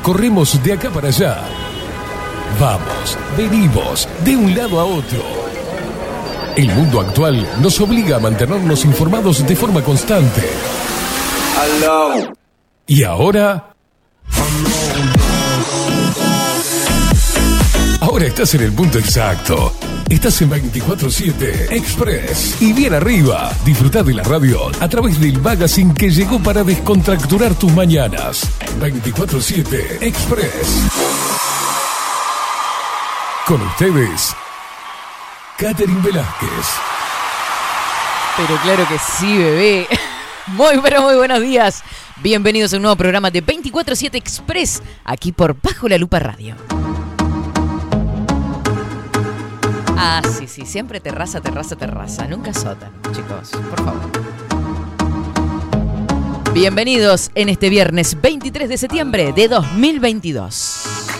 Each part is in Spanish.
corremos de acá para allá. Vamos, venimos, de un lado a otro. El mundo actual nos obliga a mantenernos informados de forma constante. Hello. Y ahora... Ahora estás en el punto exacto. Estás en 24/7 Express. Y bien arriba, disfrutá de la radio a través del magazine que llegó para descontracturar tus mañanas. 24/7 Express. Con ustedes, Catherine Velázquez. Pero claro que sí, bebé. Muy buenos días. Bienvenidos a un nuevo programa de 24/7 Express, aquí por Bajo la Lupa Radio. Ah, sí, siempre terraza, nunca sótano, chicos, por favor. Bienvenidos en este viernes 23 de septiembre de 2022.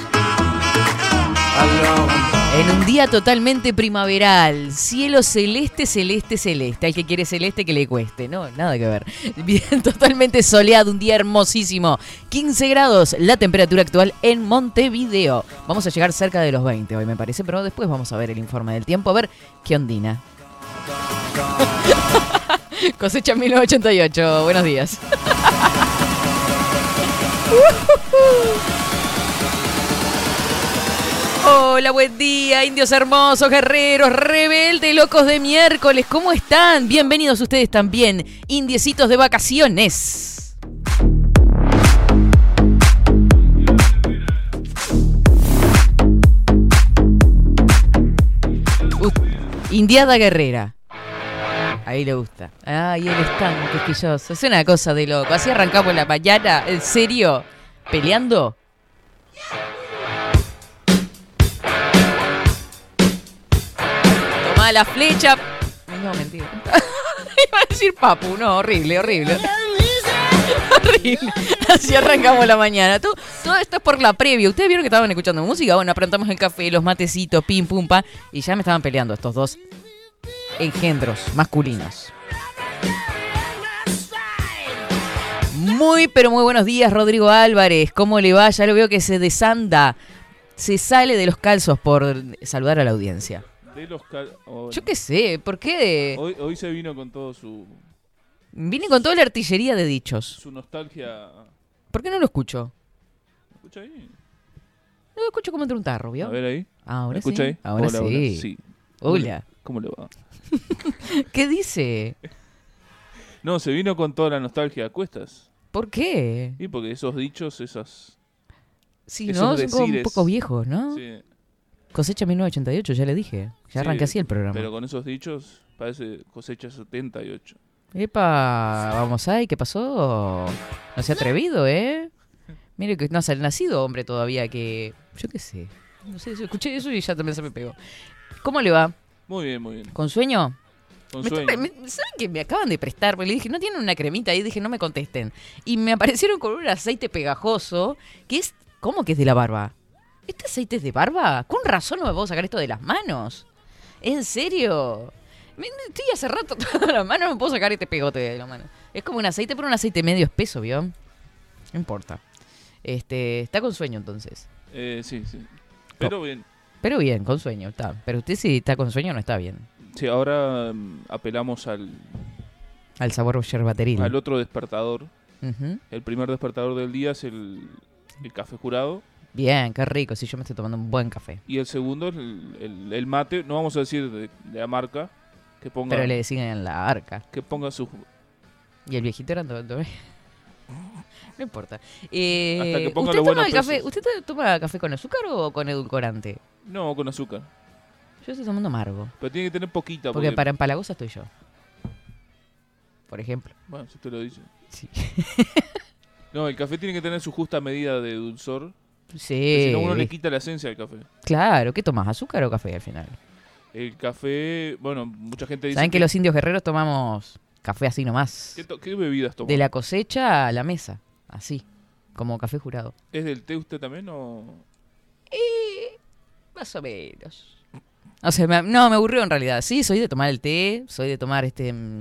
En un día totalmente primaveral, cielo celeste. Al que quiere celeste que le cueste, no, nada que ver. Bien, totalmente soleado, un día hermosísimo. 15 grados la temperatura actual en Montevideo. Vamos a llegar cerca de los 20 hoy, me parece, pero después vamos a ver el informe del tiempo, a ver qué ondina. Cosecha 1988, buenos días. Hola, buen día, indios hermosos, guerreros, rebeldes, locos de miércoles, ¿cómo están? Bienvenidos ustedes también, indiecitos de vacaciones. Indiada guerrera. Ahí le gusta. Ay, él es tan quisquilloso. Es una cosa de loco. Así arrancamos la mañana, ¿en serio? ¿Peleando? La flecha. No, mentira. Iba a decir papu, no, horrible. Horrible. Así arrancamos la mañana. Todo esto es por la previa. Ustedes vieron que estaban escuchando música. Bueno, aprontamos el café, los matecitos, pim, pum, pa. Y ya me estaban peleando estos dos engendros masculinos. Muy buenos días, Rodrigo Álvarez. ¿Cómo le va? Ya lo veo que se desanda. Se sale de los calzos por saludar a la audiencia. Yo qué sé, ¿por qué? Hoy se vino con todo su... Vine con toda la artillería de dichos. Su nostalgia... ¿Por qué no lo escucho? ¿Me escucha ahí? No lo escucho como entre un tarro, ¿vio? A ver ahí. Ahora ¿Me escucha sí. ahí? Ahora hola, sí. Sí. Hola. ¿Cómo le va? ¿Qué dice? No, se vino con toda la nostalgia a cuestas. ¿Por qué? Y porque esos dichos, esas... Sí, esos ¿no? Son como un decires. poco viejos, ¿no? Sí. Cosecha 1988, ya le dije. Ya arranqué así el programa. Pero con esos dichos parece cosecha 78. Epa, vamos ahí, ¿qué pasó? No se ha atrevido, ¿eh? Mire que no ha nacido hombre todavía que... Yo qué sé. No sé, escuché eso y ya también se me pegó. ¿Cómo le va? Muy bien. ¿Con sueño? Con sueño. ¿Saben que me acaban de prestar? Porque le dije, ¿no tienen una cremita ahí? Dije, no me contesten. Y me aparecieron con un aceite pegajoso que es... ¿Cómo que es de la barba? ¿Este aceite es de barba? Con razón no me puedo sacar esto de las manos. ¿En serio? Estoy hace rato toda la mano, no me puedo sacar este pegote de la mano. Es como un aceite, pero un aceite medio espeso, ¿vio? No importa. Está con sueño entonces. Sí. Pero bien. Pero bien, con sueño, está. Pero usted si está con sueño no está bien. Sí, ahora apelamos al sabor yerbateril. Al otro despertador. Uh-huh. El primer despertador del día es el café jurado. Bien, qué rico, si yo me estoy tomando un buen café. Y el segundo es el mate, no vamos a decir de la marca, que ponga... Pero le decían en la arca. Que ponga su... Y el viejito era... No importa. Hasta que ponga ¿Usted los toma buenos el café? precios. ¿Usted toma café con azúcar o con edulcorante? No, con azúcar. Yo estoy tomando amargo. Pero tiene que tener poquita. Porque para empalagosa estoy yo. Por ejemplo. Bueno, si usted lo dice. Sí. No, el café tiene que tener su justa medida de dulzor. Sí. Si no, uno le quita la esencia al café. Claro, ¿qué tomas? ¿Azúcar o café al final? El café, bueno, mucha gente dice... ¿Saben que los indios guerreros tomamos café así nomás? ¿Qué bebidas toman? De la cosecha a la mesa, así, como café jurado. ¿Es del té usted también o...? Más o menos. O sea, me aburrió en realidad. Sí, soy de tomar el té, soy de tomar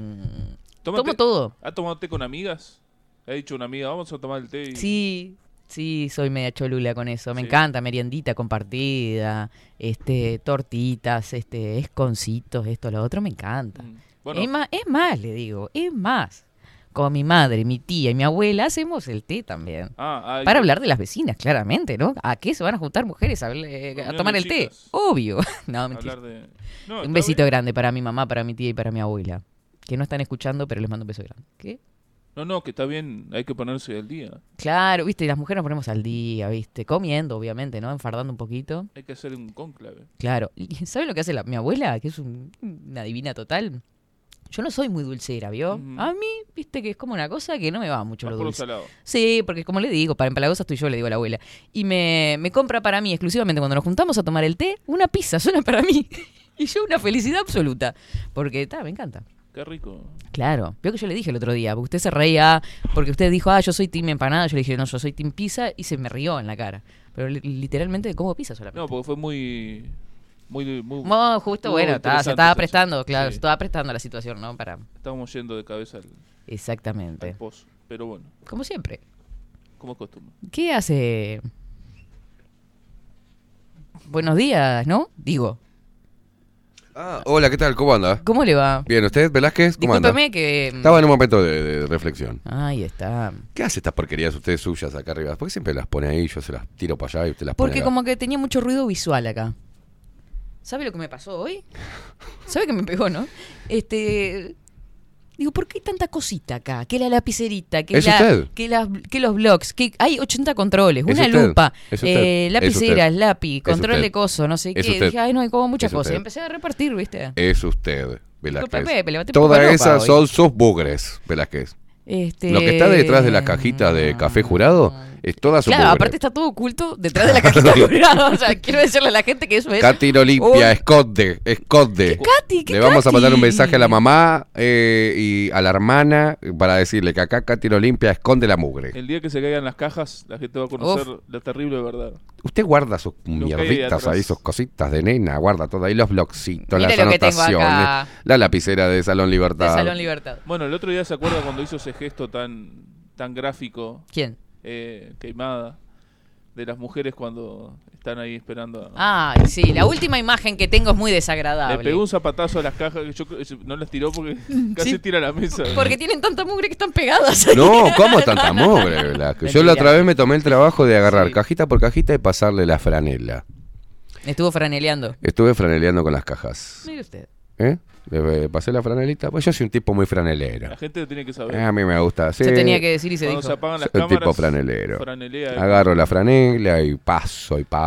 tomo todo. ¿Ha tomado té con amigas? Ha dicho una amiga, vamos a tomar el té. Sí, Sí, soy media cholula con eso. Me Sí. encanta, meriendita compartida, tortitas, esconcitos, esto, lo otro, me encanta. Bueno, Es más, le digo, es más. Con mi madre, mi tía y mi abuela hacemos el té también. Para hablar de las vecinas, claramente, ¿no? ¿A qué se van a juntar mujeres a Reunión tomar de el té? chicas. Obvio. No, mentira. hablar de... No, Un está besito bien. grande para mi mamá, para mi tía y para mi abuela. Que no están escuchando, pero les mando un beso grande. ¿Qué? No, que está bien, hay que ponerse al día. Claro, viste, las mujeres nos ponemos al día, viste, comiendo, obviamente, ¿no? Enfardando un poquito. Hay que hacer un cónclave. Claro. ¿Y saben lo que hace mi abuela? Que es una divina total. Yo no soy muy dulcera, ¿vio? Ujú. A mí, viste, que es como una cosa que no me va mucho Vas lo por lo dulce. salado. Sí, porque como le digo, para empalagosa estoy yo, le digo a la abuela. Y me compra para mí, exclusivamente cuando nos juntamos a tomar el té, una pizza, suena para mí. Y yo una felicidad absoluta. Porque, me encanta. Qué rico. Claro, veo que yo le dije el otro día, porque usted se reía, porque usted dijo, yo soy team empanada, yo le dije, no, yo soy team pizza, y se me rió en la cara. Pero literalmente como pizza solamente. No, porque fue muy... No, justo, muy bueno, se interesante estaba esa prestando, situación. claro, Sí. se estaba prestando la situación, ¿no? Para... Estábamos yendo de cabeza al Exactamente. pozo. Pero bueno, Como siempre. como es costumbre. ¿Qué hace? Buenos días, ¿no? Digo, Hola, ¿qué tal? ¿Cómo anda? ¿cómo le va? Bien, ¿usted, Velázquez? ¿Cómo anda? Discúlpeme que... Estaba en un momento de reflexión. Ahí está. ¿Qué hace estas porquerías ustedes suyas acá arriba? ¿Por qué siempre las pone ahí, yo se las tiro para allá y usted las pone Porque acá? como que tenía mucho ruido visual acá. ¿Sabe lo que me pasó hoy? ¿Sabe que me pegó, no? Digo, ¿por qué hay tanta cosita acá? Que la lapicerita, que, ¿Es usted? que los blogs, que hay 80 controles, ¿Es una usted? lupa, ¿Es usted? lapiceras, ¿Es lápiz, control usted? de coso, no sé ¿Es qué. usted? Dije, no, hay como muchas ¿Es cosas. Y usted? empecé a repartir, ¿viste? Es usted, Velázquez. Disculpe, le batí un poco Todas la ropa esas hoy. son sus bugres, Velázquez. Lo que está detrás de la cajita de café jurado es toda su Claro, mugre. aparte está todo oculto detrás de la cajita jurado. O sea, quiero decirle a la gente que eso es... Katy no limpia, un- esconde. ¿Qué Katy? ¿Qué Le vamos a mandar un Katy? mensaje a la mamá y a la hermana para decirle que acá Katy no limpia, esconde la mugre. El día que se caigan las cajas, la gente va a conocer la terrible verdad. Usted guarda sus que hay mierditas atrás. ahí, sus cositas de nena, guarda todo ahí, los blogcitos, Mire las lo que tengo anotaciones, acá. la lapicera de Salón De Libertad. Salón Libertad. Bueno, el otro día se acuerda cuando hizo ese gesto tan gráfico, ¿Quién? queimada, de las mujeres cuando están ahí esperando a... Ay, sí, la última imagen que tengo es muy Le desagradable. pegó un zapatazo a las cajas que yo no las tiró porque casi Sí. tira la mesa. Porque tienen tanta mugre que están pegadas. ahí. No, ¿cómo tanta mugre? Velázquez? Yo la otra vez me tomé el trabajo de agarrar Sí. cajita por cajita y pasarle la franela. Estuvo franeleando. Estuve franeleando con las cajas. Mire usted. Le pasé la franelita, pues yo soy un tipo muy franelero. La gente tiene que saber. A mí me gusta. Sí. Se tenía que decir y se Cuando se dijo. apagan las Soy cámaras, tipo franelero. franelea. Agarro la franela y paso, y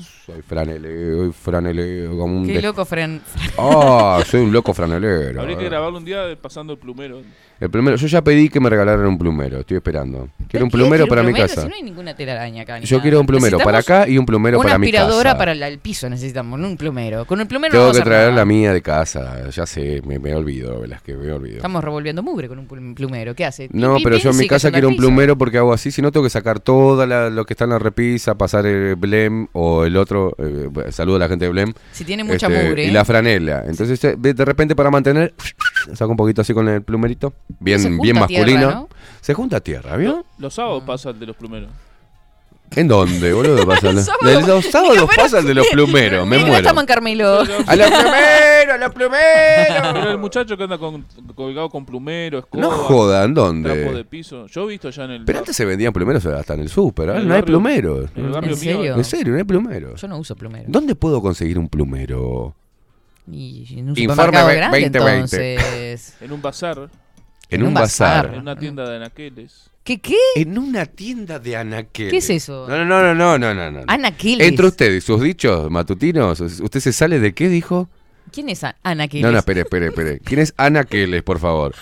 franeleo, como un... Qué loco, Fran. Soy un loco franelero. Habría que grabarlo un día pasando el plumero. El plumero, yo ya pedí que me regalaran un plumero, estoy esperando. Quiero un ¿Qué? plumero ¿Quiere para un mi plumero? casa. Si no hay ninguna telaraña acá. ni Yo nada. quiero un plumero para Necesitamos acá y un plumero para mi casa. una aspiradora para el piso necesitamos, no un plumero. Con el plumero no Tengo vamos que a hacer traer nada. la mía de casa, ya sé, me olvido, Velázquez, me olvido. Estamos revolviendo mugre con un plumero. ¿Qué hace? No, Pim, pero pim, yo en mi sigue casa yendo quiero al un piso. plumero porque hago así, si no tengo que sacar todo lo que está en la repisa, pasar el Blem o el otro, saludo a la gente de Blem. Si tiene mucha mugre. Y la franela. Entonces de repente para mantener, saco un poquito así con el plumerito, Se bien junta masculino. tierra, ¿no? Se junta a tierra, ¿vio? Los sábados pasa el de los plumeros. ¿En dónde, boludo? Pasa Sábado. los sábados Digo, pero pasa el de los plumeros, me Mira, muero. estamos en Carmelo. ¡A los plumeros, a los plumeros! Pero el muchacho que anda colgado con plumero, escoba, No jodan, trapo de ¿dónde? piso. Yo he visto ya en el... Pero antes se vendían plumeros hasta en el súper, ahora En el no hay barrio- plumeros. en el barrio ¿En serio? En serio, no hay plumeros. Yo no uso plumero. ¿Dónde puedo conseguir un plumero? Y en un Informe supermercado grande, 2020. entonces. En un bazar, En un bazar. en una tienda de anaqueles. ¿Qué? En una tienda de anaqueles. ¿Qué es eso? No. Anaquiles. Entre ustedes y sus dichos matutinos, ¿usted se sale de qué dijo? ¿Quién es Anaquiles? No, espere. ¿Quién es Anaqueles, por favor?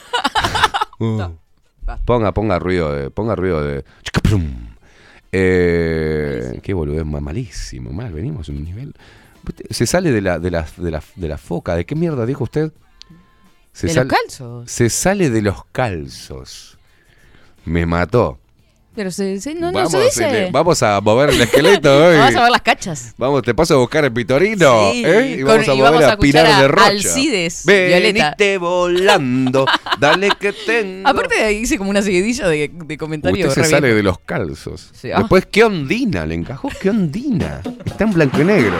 Ponga ruido de... Chicaprum. Qué boludez, malísimo, mal, venimos en un nivel... Se sale de la foca, ¿de qué mierda dijo usted? De los calzos. Se sale de los calzos. Me mató. Pero no se dice. Vamos a mover el esqueleto hoy. Vamos a ver las cachas. Vamos, te paso a buscar el Pitorino. Sí, Y vamos a mover a escuchar Pinar de Rocha. Alcides, Violeta. Venite volando, dale que tengo. Aparte hice como una seguidilla de comentarios. Usted se sale de los calzos. Sí, Después, ¿qué ondina? Le encajó, ¿qué ondina? Está en blanco y negro.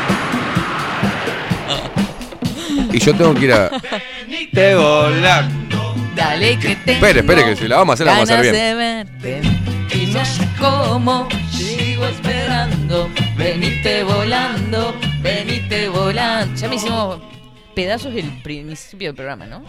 Y yo tengo que ir a... Venite volando. Dale que tengo. Espere, que si la vamos a hacer, la vamos a hacer bien. Ganas de verte, y no sé cómo sigo esperando. Venite volando, venite volando. Ya me hicimos pedazos del principio del programa, ¿no?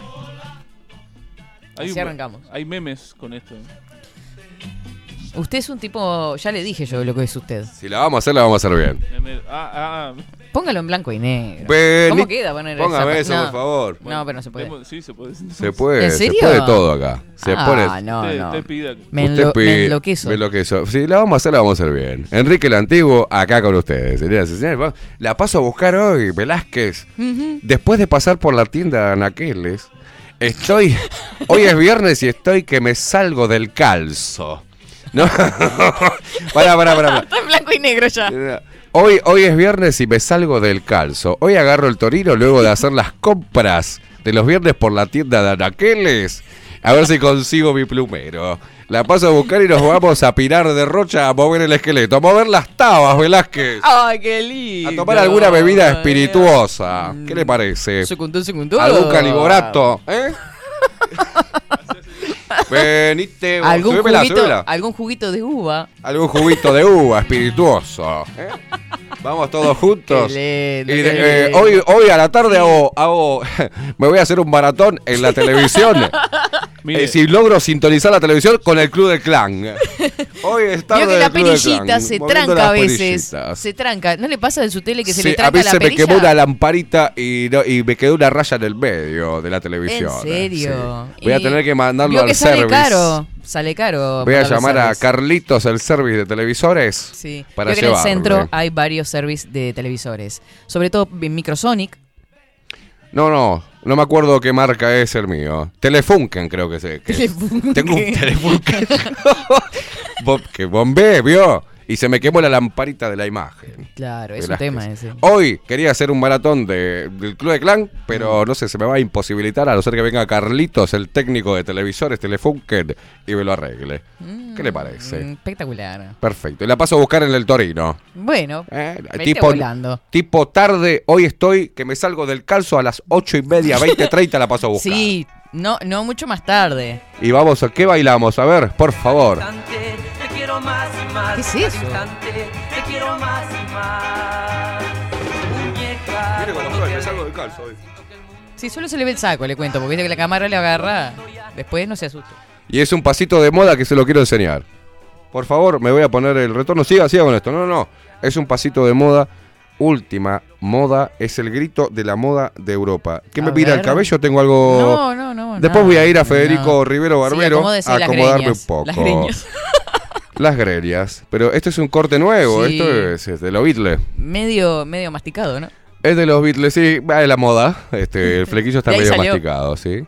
Así arrancamos. Hay memes con esto. Usted es un tipo, ya le dije yo lo que es usted. Si la vamos a hacer, la vamos a hacer bien. Póngalo en blanco y negro. ¿Cómo queda poner Póngame esa? eso, No. por favor. No, pero no se puede. Sí, se puede. Se puede, ¿En serio? se puede todo acá. Se pone... No. Usted pida. Me enloquezo. Me enloquezo. Si la vamos a hacer, la vamos a hacer bien. Enrique el Antiguo, acá con ustedes. Señoras y señores, la paso a buscar hoy, Velázquez. Después de pasar por la tienda de Anaqueles, hoy es viernes y estoy que me salgo del calzo. No, pará. Está en blanco y negro ya. Hoy es viernes y me salgo del calzo. Hoy agarro el Torino luego de hacer las compras de los viernes por la tienda de Anaqueles. A ver si consigo mi plumero. La paso a buscar y nos vamos a Pinar de Rocha a mover el esqueleto. A mover las tabas, Velázquez. Ay, qué lindo. A tomar alguna bebida espirituosa. ¿Qué le parece? Secundó. ¿Algún caliborato? Venite. Subímela. Algún juguito de uva. Algún juguito de uva espirituoso. Vamos todos juntos. Qué lindo, Hoy a la tarde me voy a hacer un maratón en la televisión. Si logro sintonizar la televisión con el Club del Clan. Hoy es tarde. Vio que la del Club del perillita Clan, se moviendo tranca a las veces. perillitas. Se tranca. ¿No le pasa en su tele que se Sí, le tranca a mí la se me perilla? quemó una lamparita y me quedó una raya en el medio de la televisión. ¿En serio? Sí. Voy a tener que mandarlo Vio al que sale service. Sale caro. Voy a para los llamar a service. Carlitos, el service de televisores. Sí. Para Vio que en el llevarle. centro hay varios service de televisores. Sobre todo en Microsonic. No me acuerdo qué marca es el mío. Telefunken creo que sé. Telefunken. Tengo un Telefunken. Que bombé, vio. Y se me quemó la lamparita de la imagen. Claro, es un Velázquez. tema ese. Hoy quería hacer un maratón del Club de Clan, pero no sé, se me va a imposibilitar a no ser que venga Carlitos, el técnico de televisores Telefunken, y me lo arregle. ¿Qué le parece? Espectacular. Perfecto. Y la paso a buscar en el Torino. Bueno, vete Tipo volando. tarde, hoy estoy que me salgo del calzo a las 8:30, 20:30 la paso a buscar. Sí, no mucho más tarde. Y vamos, ¿qué bailamos? A ver, por favor. ¿Qué es eso? Me salgo del calzo hoy. Sí, solo se le ve el saco, le cuento, porque viste que la cámara le agarra. Después no se asuste. Y es un pasito de moda que se lo quiero enseñar. Por favor, me voy a poner el retorno. Siga con esto. No. Es un pasito de moda. Última moda es el grito de la moda de Europa. ¿Qué me mira el cabello? Tengo algo... No. Después voy a ir a Federico Rivero Barbero acomódese a las acomodarme greñas, un poco. las greñas. Las greñas. Pero este es un corte nuevo. Sí. Esto es de los Beatles. medio masticado, ¿no? Es de los Beatles, sí. Va de la moda. El flequillo está De ahí medio salió. masticado, sí.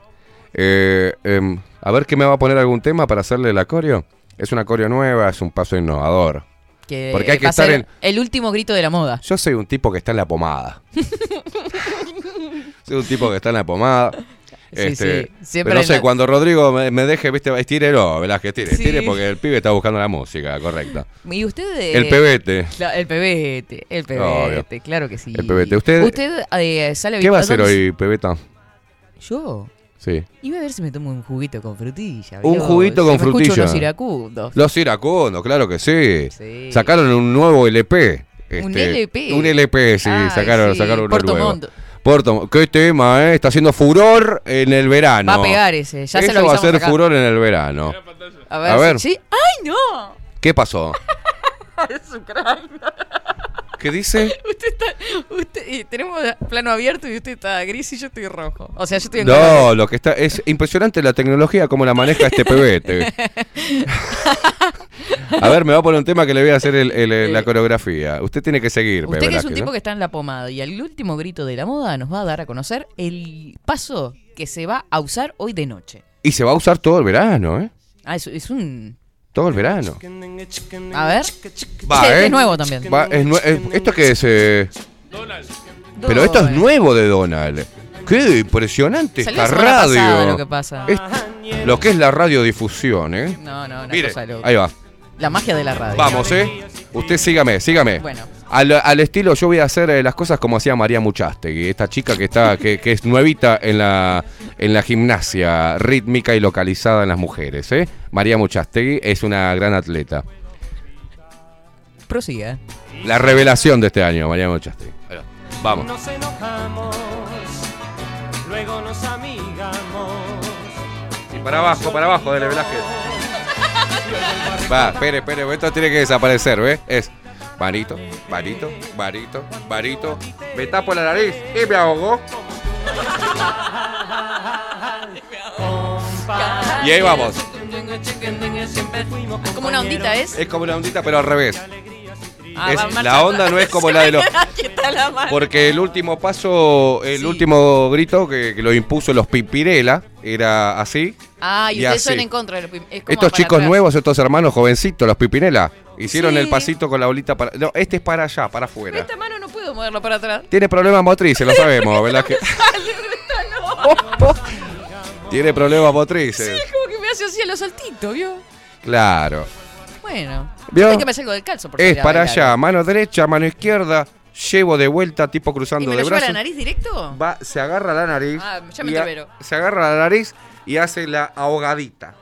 A ver, ¿qué me va a poner algún tema para hacerle el acorio? Es una acorio nueva, es un paso innovador. Que Porque hay que va a estar ser en... el último grito de la moda. Yo soy un tipo que está en la pomada. Soy un tipo que está en la pomada. Sí, sí. Pero Siempre no en sé, la- cuando Rodrigo me deje, viste, estírelo, Velázquez, Sí. estire porque el pibe está buscando la música, correcta. Y usted... El pebete. El pebete, Obvio. claro que sí. El pebete. ¿Usted sale ¿Qué va a hacer ¿dónde- hoy, pebeta? Yo Sí. iba a ver si me tomo un juguito con frutilla. Un ¿vio? juguito Si con me escucho frutilla. unos iracundos. Los iracundos, claro que sí. Sí. Sacaron un nuevo LP. ¿Un LP? Un LP, sí, Ay, sacaron sí, uno Puerto nuevo. Montt. ¿Qué tema, Está haciendo furor en el verano. Va a pegar ese, ya se Eso lo va a avisamos ser acá. furor en el verano. A ver. A ver. ¿Sí? ¡Ay, no! ¿Qué pasó? Es un crack. ¿Qué dice? Tenemos plano abierto y usted está gris y yo estoy rojo. O sea, yo estoy en No, color. lo que está es impresionante la tecnología como la maneja este pebete. A ver, me va a poner un tema que le voy a hacer la coreografía. Usted tiene que seguirme. Usted que es un Velázquez, tipo ¿no? que está en la pomada y al último grito de la moda nos va a dar a conocer el paso que se va a usar hoy de noche. Y se va a usar todo el verano, ¿eh? Ah, es un Todo el verano. A ver. Va, Este es nuevo también. Va, ¿esto qué es? Donald. Pero esto es nuevo de Donald. Qué impresionante Salió esta la semana radio. pasada lo que pasa. Lo que es la radiodifusión, ¿eh? No, una Mire, cosa loca. ahí va. La magia de la radio. Vamos, Usted sígame. Bueno. Al estilo, yo voy a hacer las cosas como hacía María Muchastegui, esta chica que es nuevita en la gimnasia rítmica y localizada en las mujeres, ¿eh? María Muchastegui es una gran atleta. Prosiga. La revelación de este año, María Muchastegui. Vamos. Nos enojamos, luego nos amigamos. Y para abajo, dele Velázquez. Va, espere, esto tiene que desaparecer, ¿ves? Es varito. Me tapo la nariz y me ahogo. Y ahí vamos. Como una ondita es. Es como una ondita, pero al revés. Ah, va marchando. La onda no es como la de los... Aquí está la mano. Porque el último paso, el último grito que lo impuso los Pimpirela era así. Ah, y y ustedes son así. en contra de los es como Estos para chicos atrás. nuevos, estos hermanos jovencitos, los Pimpinela, hicieron Sí. el pasito con la bolita para... No, este es para allá, para afuera. Esta mano no puedo moverlo para atrás. Tiene problemas motrices, lo sabemos, ¿verdad? Que... Tiene problemas motrices. Sí, como que me hace así a los saltitos, ¿vio? Claro. Bueno. ¿Vio? Hay que me salgo del calzo. por Es salir a para bailar. allá, mano derecha, mano izquierda, llevo de vuelta, tipo ¿Y cruzando me de lo lleva a brazos. la nariz directo? Va, se agarra la nariz. Ah, ya me y entero. se agarra la nariz y hace la ahogadita.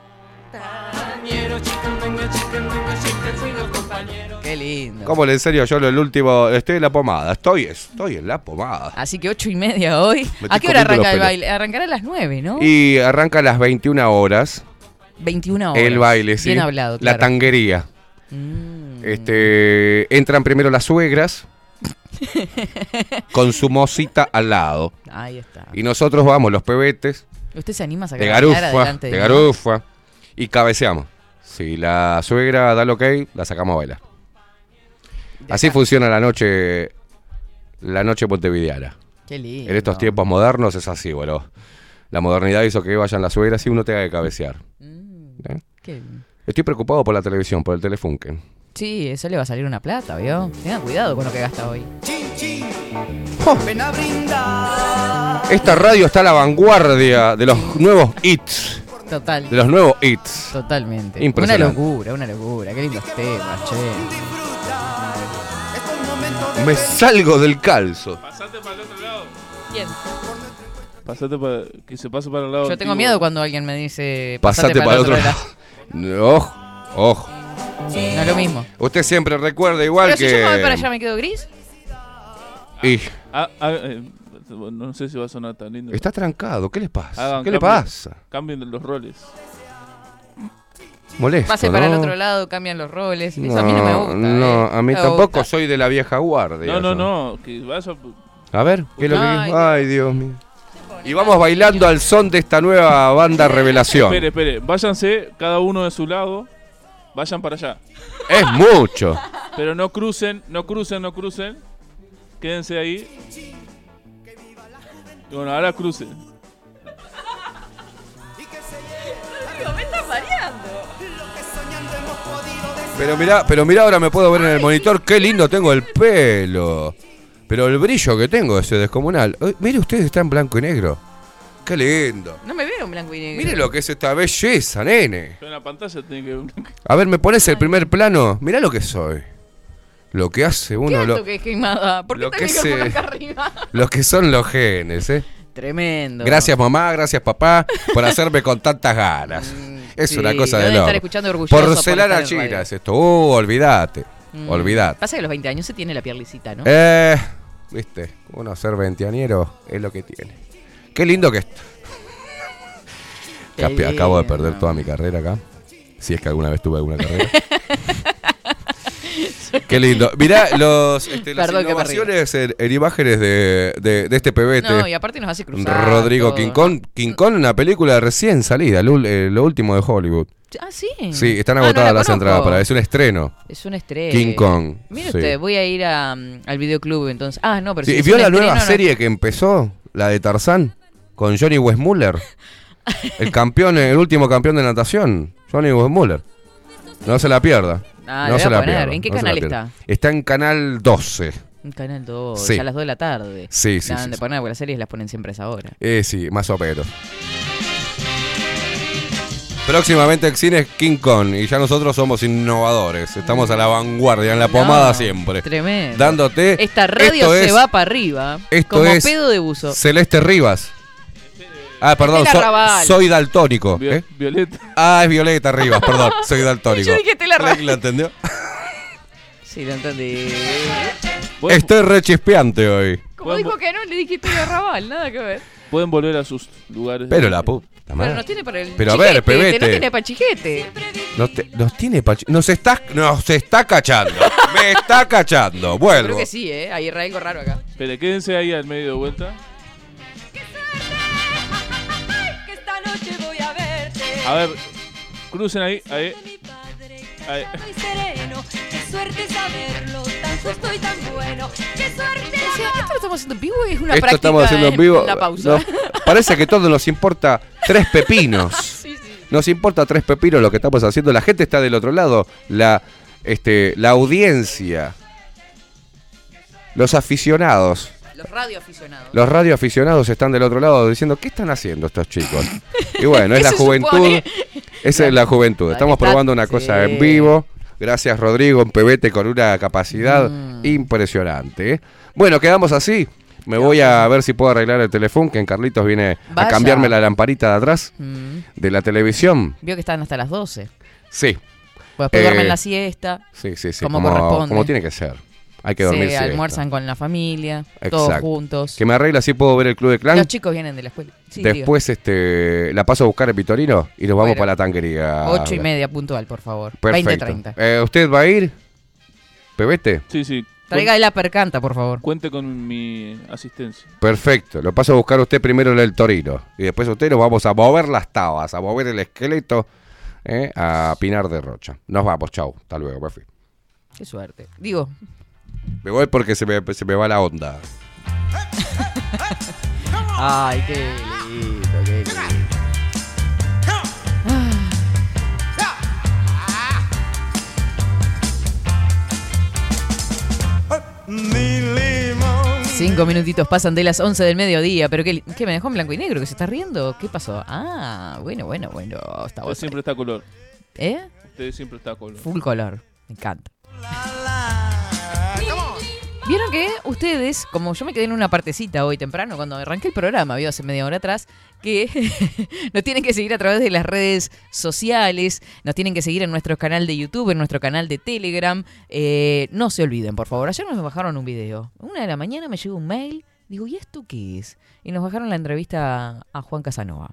Qué lindo. ¿Cómo le enseño yo el último? Estoy en la pomada. Estoy en la pomada. Así que 8:30 hoy. Me ¿A estoy qué hora comiendo arranca el los baile? Arrancará a las 9, ¿no? Y arranca a las 21 horas 21 horas. el baile, sí. Bien hablado, La claro. tanguería. Mm. Entran primero las suegras con su mocita al lado. Ahí está. Y nosotros vamos, los pebetes, ¿Usted se anima a sacar de la cara garufa, delante de mí? garufa, y cabeceamos. Si la suegra da el ok, la sacamos a bailar. De Así acá. funciona la noche montevideana. Qué lindo. En estos tiempos modernos es así, bueno. La modernidad hizo que vayan las suegras y uno tenga que cabecear. ¿Eh? Qué- Estoy preocupado por la televisión, por el Telefunken. Sí, eso le va a salir una plata, ¿vio? Tengan cuidado con lo que gasta hoy. Ven a brindar. Esta radio está a la vanguardia de los nuevos hits. Total. De los nuevos hits. Totalmente. Impresionante. Una locura. Qué lindos temas, che. Estos momentos de Me salgo del calzo. Pasate para el otro lado. Bien. Pasate para... Que se pase para el lado. Yo tengo antiguo. miedo cuando alguien me dice Pasate para el otro lado. Ojo, ojo. No es lo mismo. Usted siempre recuerda igual Pero que... si yo me voy para allá, ¿me quedo gris? Y No sé si va a sonar tan lindo. está trancado, ¿qué le pasa? Hagan ¿Qué le cambio. pasa? Cambien los roles. Molesto, Pase para el ¿no? otro lado, cambian los roles. Eso a mí no me gusta. No, a mí No me tampoco, gusta. soy de la vieja guardia. No, que vaya... A ver, ¿qué es lo que... Ay, Ay, Dios mío. Y vamos bailando al son de esta nueva banda Revelación. Espere, váyanse cada uno de su lado. Vayan para allá. Es mucho. Pero no crucen. Quédense ahí. Y bueno, ahora crucen. Me estás mareando. Pero mirá, ahora me puedo ver en el monitor qué lindo tengo el pelo. Pero el brillo que tengo es descomunal. Mire usted, está en blanco y negro. Qué lindo. No me veo en blanco y negro. Mire lo que es esta belleza, nene. Pero en la pantalla tiene que... A ver, ¿me pones el primer plano? Mirá lo que soy. Lo que hace ¿Qué uno, alto que es queimada? ¿Por qué lo está que el micrófono se- acá arriba? lo que son los genes, ¿eh? Tremendo. Gracias mamá, gracias papá por hacerme con tantas ganas. Es Sí, una cosa lo de deben loco. estar escuchando orgulloso por Porcelana estar en china radio. es esto. Olvídate. Olvídate. Pasa que a los 20 años se tiene la piel lisita, ¿no? Viste, uno ser veinteañero es lo que tiene. Qué lindo que está. Qué Acabo de lindo. perder toda mi carrera acá. Si es que alguna vez tuve alguna carrera. Qué lindo. Mirá las Perdón que me río. innovaciones en imágenes de este pebete. No, y aparte nos hace cruzar. Rodrigo todo. King Kong. King Kong, una película recién salida, lo último de Hollywood. Ah, sí. Sí, están Ah, no la agotadas las conozco. entradas para es un estreno. Es un estreno. King Kong. Mire sí. usted, voy a ir al videoclub entonces. Ah, no, pero Sí, si ¿y es vio un la nueva estreno, no- serie que empezó? La de Tarzán, con Johnny Weissmuller. El último campeón de natación, Johnny Weissmuller. No se la pierda. Ah, No le se voy a la poner. pierda. ¿En qué no se la canal pierda. está? Está en canal 12. En Canal 2, Sí. a las 2 de la tarde. Sí, sí, La han sí, de sí. poner, porque las series las ponen siempre a esa hora. Sí, más o menos. Próximamente el cine es King Kong y ya nosotros somos innovadores. Estamos a la vanguardia, en la pomada No, siempre. Tremendo. Dándote. Esta radio esto se es- va para arriba. Esto Como es pedo de buzo. Celeste Rivas. Ah, perdón, Estela Raval. soy daltónico. ¿eh? Violeta. Ah, es Violeta Rivas, perdón, soy daltónico. Yo dije Estela Raval. ¿La entendió? Sí, lo entendí. ¿Pueden, Estoy re chispeante hoy. Como dijo que no, le dije Estela Raval, nada que ver. pueden volver a sus lugares. Pero la puta Pero madre. nos tiene para el Pero a ver, chiquete, pebete. No tiene para chiquete. Nos tiene nos está cachando. Me está cachando. Creo Vuelvo. que sí, hay algo raro acá. Pero quédense ahí al medio de vuelta. Que esta noche voy a verte. A ver, crucen ahí, ahí. Ahí. Muy sereno, qué suerte saberlo, tan justo y tan bueno, qué suerte O sea, esto lo estamos haciendo en vivo y es una Esto práctica estamos haciendo en vivo. la pausa. No, parece que todo nos importa 3 pepinos. Sí, sí. Nos importa 3 pepinos lo que estamos haciendo. La gente está del otro lado. La audiencia. Los aficionados. Los radioaficionados. Los radioaficionados están del otro lado diciendo, ¿qué están haciendo estos chicos? Y bueno, es ¿Qué la se juventud. supone? Esa es la juventud. Estamos Está- probando una cosa sí. en vivo. Gracias, Rodrigo, en Pebete, con una capacidad impresionante. ¿eh? Bueno, quedamos así. Me voy a ver si puedo arreglar el teléfono, que en Carlitos viene a Vaya. cambiarme la lamparita de atrás Mm. de la televisión. Vio que están hasta las 12. Sí, Pues después duermen Eh, la siesta. sí, sí, sí. Como corresponde. como tiene que ser. Hay que dormir Se siesta. almuerzan con la familia. Todos Exacto. juntos. Que me arregle así puedo ver el Club de Clan. Los chicos vienen de la escuela. Sí, Después la paso a buscar en Vitorino y nos vamos Bueno. para la tanquería. 8:30 puntual, por favor. Perfecto. 20:30. ¿Usted va a ir? ¿Pebete? Sí, sí. Traiga la percanta, por favor. Cuente con mi asistencia. Perfecto. Lo paso a buscar usted primero en el Torino. Y después usted nos vamos a mover las tabas, a mover el esqueleto a Pinar de Rocha. Nos vamos, chau. Hasta luego, me fui. Qué suerte. Digo, Me voy porque se me va la onda. ay, qué lindo, qué lindo. Mi limón. 5 minutitos pasan de las 11 del mediodía, pero ¿qué me dejó en blanco y negro? ¿Que se está riendo? ¿Qué pasó? Ah, bueno, Usted estamos siempre está a color. ¿Eh? Usted siempre está a color. Full color, me encanta. Vieron que ustedes, como yo me quedé en una partecita hoy temprano, cuando arranqué el programa, vio hace media hora atrás, que nos tienen que seguir a través de las redes sociales, nos tienen que seguir en nuestro canal de YouTube, en nuestro canal de Telegram. No se olviden, por favor. Ayer nos bajaron un video. 1 de la mañana me llegó un mail, digo, ¿y esto qué es? Y nos bajaron la entrevista a Juan Casanova.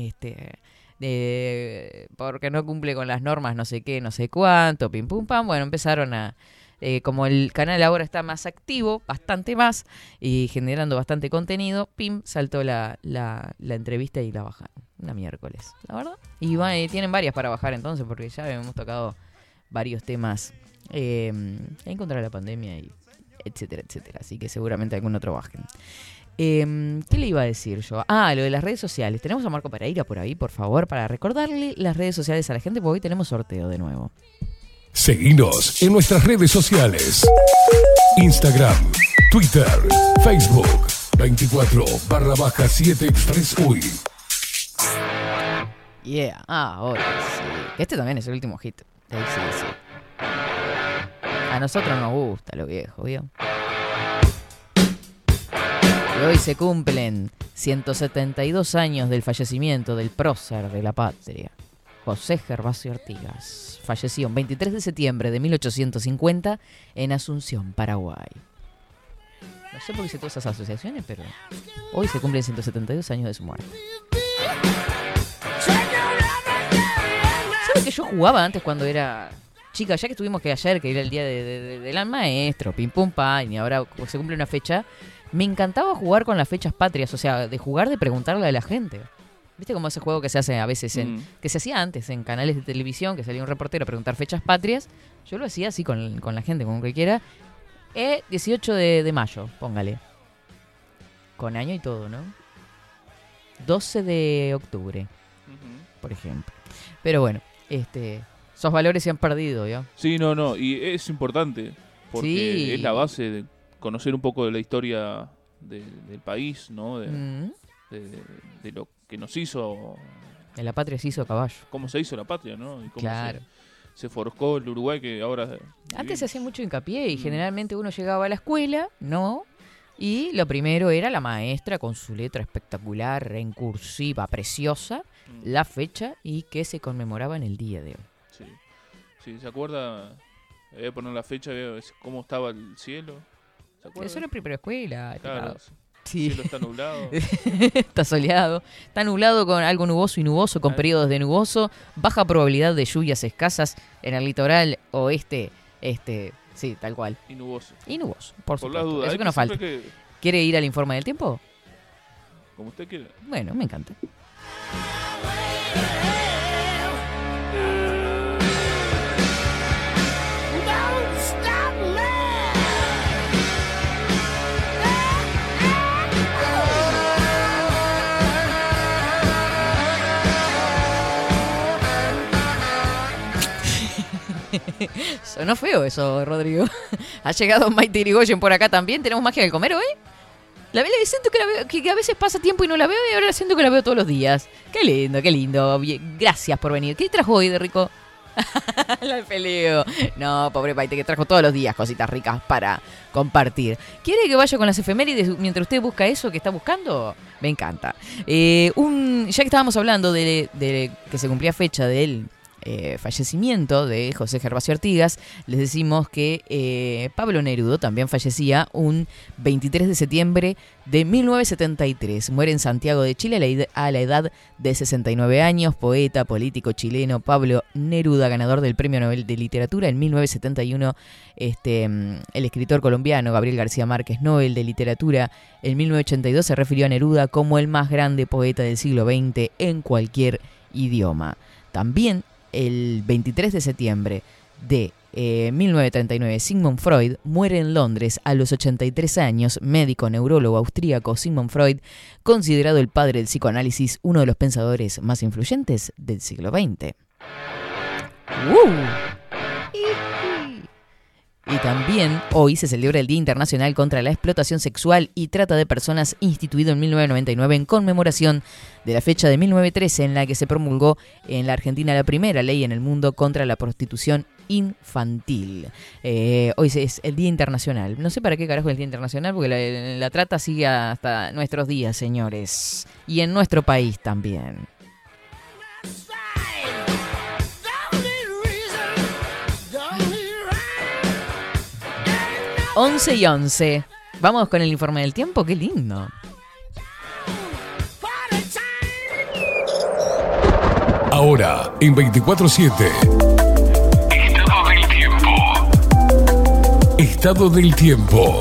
Porque no cumple con las normas, no sé qué, no sé cuánto, pim pum pam. Bueno, empezaron a... como el canal ahora está más activo, bastante más, y generando bastante contenido, pim, saltó la entrevista y la bajaron. Una miércoles, la verdad. Y tienen varias para bajar entonces, porque ya hemos tocado varios temas en contra de la pandemia, y etcétera, etcétera. Así que seguramente algún otro bajen. ¿Qué le iba a decir yo? Ah, lo de las redes sociales. Tenemos a Marco Pereira por ahí, por favor, para recordarle las redes sociales a la gente, porque hoy tenemos sorteo de nuevo. Seguinos en nuestras redes sociales. Instagram, Twitter, Facebook, 24/7 Express UI. Yeah, ahora sí. Este también es el último hit. Sí. A nosotros nos gusta lo viejo, ¿vio? Y hoy se cumplen 172 años del fallecimiento del prócer de la patria, José Gervasio Artigas. Falleció el 23 de septiembre de 1850 en Asunción, Paraguay. No sé por qué hice todas esas asociaciones, pero hoy se cumplen 172 años de su muerte. ¿Sabes que yo jugaba antes cuando era chica? Ya que estuvimos que ayer, que era el día del maestro, pim pum pam, y ahora se cumple una fecha. Me encantaba jugar con las fechas patrias, o sea, de jugar, de preguntarle a la gente. ¿Viste cómo ese juego que se hace a veces que se hacía antes en canales de televisión, que salía un reportero a preguntar fechas patrias? Yo lo hacía así con la gente, con cualquiera. 18 de mayo, póngale. Con año y todo, ¿no? 12 de octubre, por ejemplo. Pero bueno, Esos valores se han perdido, ¿ya? Sí, no, y es importante, porque Sí. es la base de conocer un poco de la historia del país, ¿no? Mm. De lo que nos hizo, En la patria se hizo caballo. cómo se hizo la patria, ¿no? Y cómo Claro. se forjó el Uruguay que ahora... Antes se hacía mucho hincapié y Mm. generalmente uno llegaba a la escuela, ¿no? Y lo primero era la maestra con su letra espectacular, en cursiva, preciosa, la fecha y que se conmemoraba en el día de hoy. Sí, sí, ¿se acuerda? Voy a poner la fecha, veo cómo estaba el cielo. ¿Se acuerda? Eso era primera escuela. Claro, estimado. el Sí. cielo está nublado. Está soleado. Está nublado con algo nuboso y nuboso, con periodos de nuboso. Baja probabilidad de lluvias escasas en el litoral oeste. Sí, tal cual. Y nuboso. Y nuboso, por Por las supuesto. dudas. Eso que nos falta. ¿Quiere ir al informe del tiempo? Como usted quiera. Bueno, me encanta. Sonó feo eso, Rodrigo. Ha llegado Maite Irigoyen por acá también. ¿Tenemos magia del comer hoy? La siento que, que a veces pasa tiempo y no la veo y ahora siento que la veo todos los días. Qué lindo, qué lindo. Bien, gracias por venir. ¿Qué trajo hoy de rico? La peleo. No, pobre Maite, que trajo todos los días cositas ricas para compartir. ¿Quiere que vaya con las efemérides mientras usted busca eso que está buscando? Me encanta. Ya que estábamos hablando de que se cumplía fecha del fallecimiento de José Gervasio Artigas, les decimos que Pablo Neruda también fallecía un 23 de septiembre de 1973. Muere en Santiago de Chile a la edad de 69 años. Poeta, político chileno Pablo Neruda, ganador del Premio Nobel de Literatura en 1971. El escritor colombiano Gabriel García Márquez, Nobel de Literatura en 1982, se refirió a Neruda como el más grande poeta del siglo XX en cualquier idioma. También el 23 de septiembre de 1939, Sigmund Freud muere en Londres a los 83 años. Médico neurólogo austríaco Sigmund Freud, considerado el padre del psicoanálisis, uno de los pensadores más influyentes del siglo XX. Y también hoy se celebra el Día Internacional contra la Explotación Sexual y Trata de Personas, instituido en 1999 en conmemoración de la fecha de 1913 en la que se promulgó en la Argentina la primera ley en el mundo contra la prostitución infantil. Hoy es el Día Internacional. No sé para qué carajo es el Día Internacional, porque la trata sigue hasta nuestros días, señores. Y en nuestro país también. 11:11. Vamos con el informe del tiempo, qué lindo. Ahora, en 24/7. Estado del tiempo. Estado del tiempo.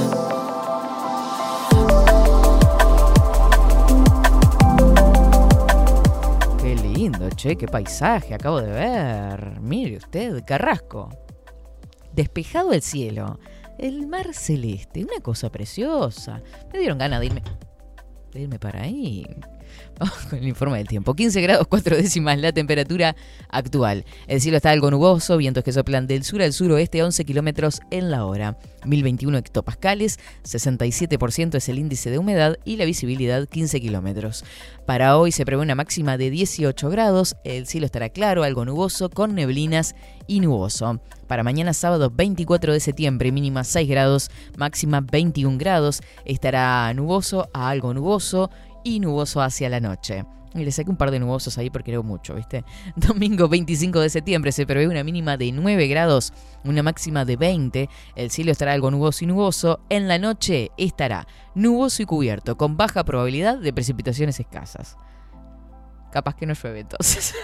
Qué lindo, che, qué paisaje acabo de ver. Mire usted, Carrasco. Despejado el cielo. El mar celeste, una cosa preciosa. Me dieron ganas de irme para ahí. Vamos con el informe del tiempo. 15 grados 4 décimas la temperatura actual. El cielo está algo nuboso, vientos que soplan del sur al suroeste 11 kilómetros en la hora. 1021 hectopascales, 67% es el índice de humedad y la visibilidad 15 kilómetros. Para hoy se prevé una máxima de 18 grados. El cielo estará claro, algo nuboso, con neblinas y nuboso. Para mañana sábado 24 de septiembre, mínima 6 grados, máxima 21 grados. Estará nuboso a algo nuboso y nuboso hacia la noche. Y le saqué un par de nubosos ahí porque creo mucho, ¿viste? Domingo 25 de septiembre se prevé una mínima de 9 grados, una máxima de 20. El cielo estará algo nuboso y nuboso. En la noche estará nuboso y cubierto, con baja probabilidad de precipitaciones escasas. Capaz que no llueve entonces.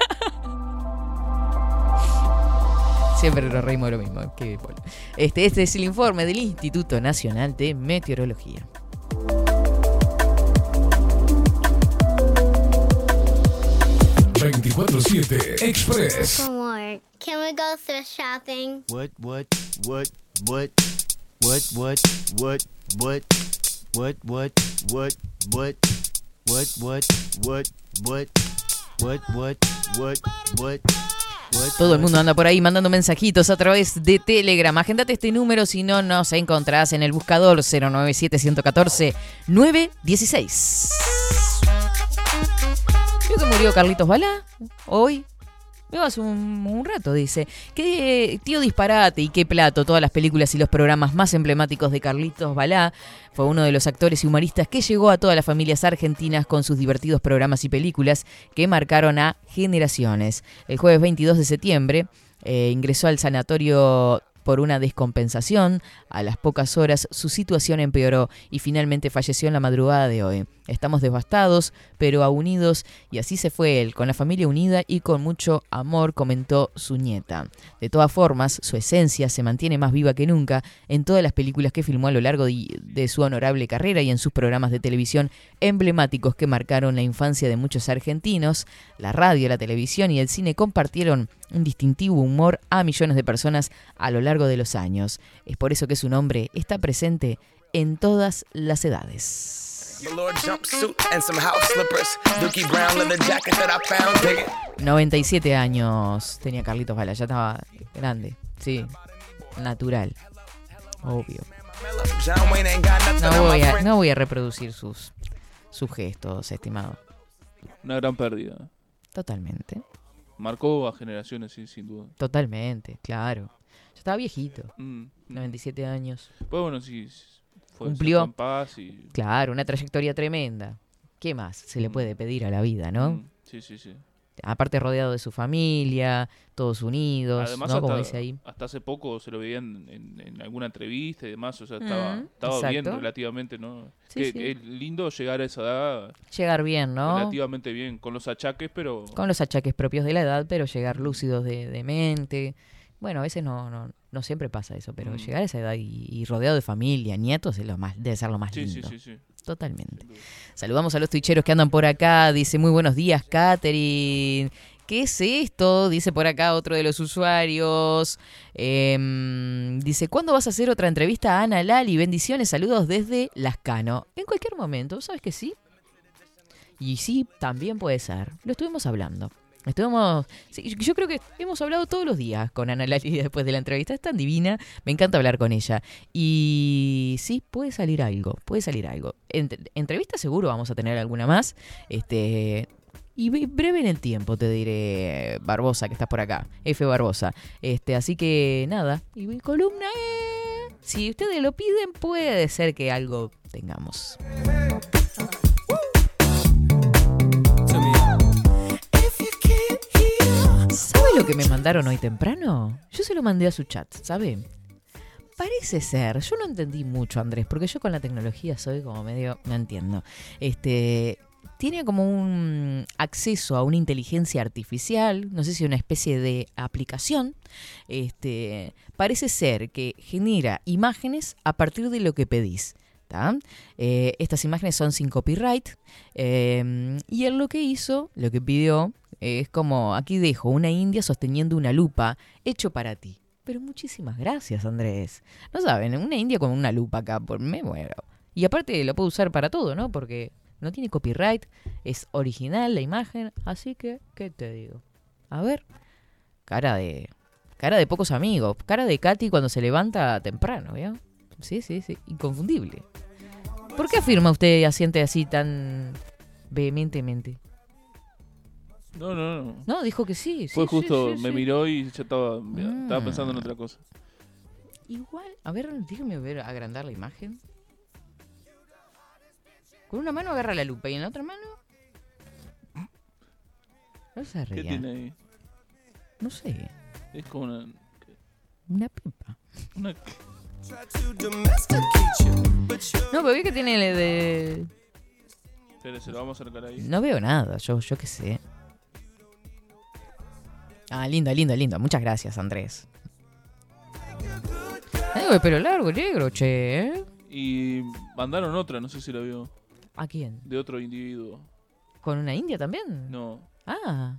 Siempre nos reímos de lo mismo. Qué bueno. Este es el informe del Instituto Nacional de Meteorología. ...24/7 Express. Homework. Can we go thrift shopping? What? Todo el mundo anda por ahí mandando mensajitos a través de Telegram. Agendate este número, si no nos encontrás en el buscador 097-114-916. Creo que murió Carlitos Balá hoy. Hace un rato, dice. Qué tío disparate y qué plato. Todas las películas y los programas más emblemáticos de Carlitos Balá. Fue uno de los actores y humoristas que llegó a todas las familias argentinas con sus divertidos programas y películas que marcaron a generaciones. El jueves 22 de septiembre ingresó al sanatorio por una descompensación. A las pocas horas su situación empeoró y finalmente falleció en la madrugada de hoy. Estamos devastados, pero aún unidos, y así se fue él, con la familia unida y con mucho amor, comentó su nieta. De todas formas, su esencia se mantiene más viva que nunca en todas las películas que filmó a lo largo de su honorable carrera y en sus programas de televisión emblemáticos que marcaron la infancia de muchos argentinos. La radio, la televisión y el cine compartieron un distintivo humor a millones de personas a lo largo de los años. Es por eso que su nombre está presente en todas las edades. 97 años tenía Carlitos Balá, ya estaba grande, sí, natural, obvio. No voy a reproducir sus gestos, estimado. Una gran pérdida. Totalmente. Marcó a generaciones, sí, sin duda. Totalmente, claro. Ya estaba viejito, 97 años. Pues bueno, sí. Cumplió, en paz y... claro, una trayectoria tremenda. ¿Qué más se le puede pedir a la vida, no? Sí, sí, sí. Aparte rodeado de su familia, todos unidos, además, ¿no? Hasta, Como dice ahí. Hasta hace poco se lo veía en alguna entrevista y demás, o sea, estaba bien relativamente, ¿no? Sí, sí. Es lindo llegar a esa edad. Llegar bien, ¿no? Relativamente bien, con los achaques, pero... Con los achaques propios de la edad, pero llegar lúcidos de mente. Bueno, a veces no siempre pasa eso, pero llegar a esa edad y rodeado de familia, nietos, debe ser lo más lindo. Sí. Totalmente. Saludamos a los twitcheros que andan por acá. Dice, muy buenos días, Catherine. ¿Qué es esto? Dice por acá otro de los usuarios. Dice, ¿cuándo vas a hacer otra entrevista a Ana Lali? Bendiciones, saludos desde Lascano. En cualquier momento, ¿sabes que sí? Y sí, también puede ser. Lo estuvimos hablando. Sí, yo creo que hemos hablado todos los días con Ana Lali después de la entrevista. Es tan divina, me encanta hablar con ella. Y sí, puede salir algo. Entrevista seguro vamos a tener alguna más. Y breve en el tiempo, te diré, Barbosa, que estás por acá. F. Barbosa. Así que nada. Y mi columna, si ustedes lo piden, puede ser que algo tengamos. ¿Sabe lo que me mandaron hoy temprano? Yo se lo mandé a su chat, ¿sabe? Parece ser, yo no entendí mucho, Andrés, porque yo con la tecnología soy como medio, no entiendo. Tiene como un acceso a una inteligencia artificial, no sé si una especie de aplicación. Parece ser que genera imágenes a partir de lo que pedís. Estas imágenes son sin copyright. Y él lo que pidió, es como, aquí dejo una india sosteniendo una lupa, hecho para ti. Pero muchísimas gracias, Andrés. No saben, una india con una lupa acá, me muero. Y aparte lo puedo usar para todo, ¿no? Porque no tiene copyright, es original la imagen, así que, ¿qué te digo? A ver, cara de pocos amigos, cara de Katy cuando se levanta temprano, ¿vio? Sí, inconfundible. ¿Por qué afirma usted y asiente así tan vehementemente? No. No, dijo que sí. Fue justo, sí. me miró y yo estaba pensando en otra cosa. Igual, a ver, déjame agrandar la imagen. Con una mano agarra la lupa y en la otra mano... No se ría. ¿Qué tiene ahí? No sé. Es como una pipa. Una... No, pero vi que tiene de... Pero se lo vamos a acercar ahí. No veo nada, yo qué sé. Ah, lindo. Muchas gracias, Andrés. De pelo largo, negro, che, ¿eh? Y mandaron otra, no sé si la vio. ¿A quién? De otro individuo. ¿Con una india también? No. Ah.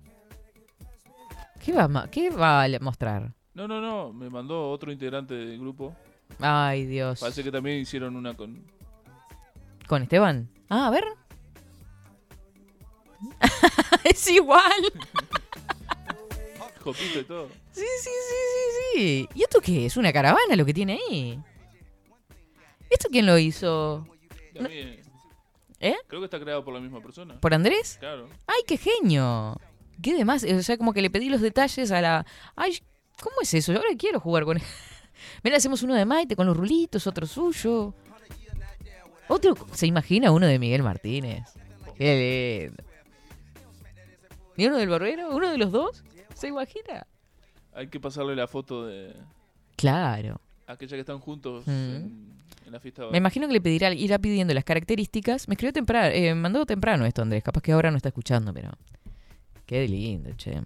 ¿Qué va a mostrar? No, me mandó otro integrante del grupo. Ay, Dios. Parece que también hicieron una con... ¿Con Esteban? Ah, a ver. Es igual. Jopito y todo. Sí. ¿Y esto qué es? ¿Una caravana lo que tiene ahí? ¿Esto quién lo hizo? Y a mí, ¿Eh? creo que está creado por la misma persona. ¿Por Andrés? Claro. ¡Ay, qué genio! ¿Qué demás? O sea, como que le pedí los detalles a la... ¡Ay, ¿cómo es eso? Yo ahora quiero jugar con él. Mira, hacemos uno de Maite con los rulitos, otro suyo. Otro... ¿Se imagina uno de Miguel Martínez? ¡Qué lindo! ¿Y uno del Barbero? ¿Uno de los dos? ¿Se imagina? Hay que pasarle la foto de Claro. aquella que están juntos en la fiesta. Me imagino que le pedirá, irá pidiendo las características. Me escribió temprano, mandó temprano esto, Andrés. Capaz que ahora no está escuchando, pero... Qué lindo, che.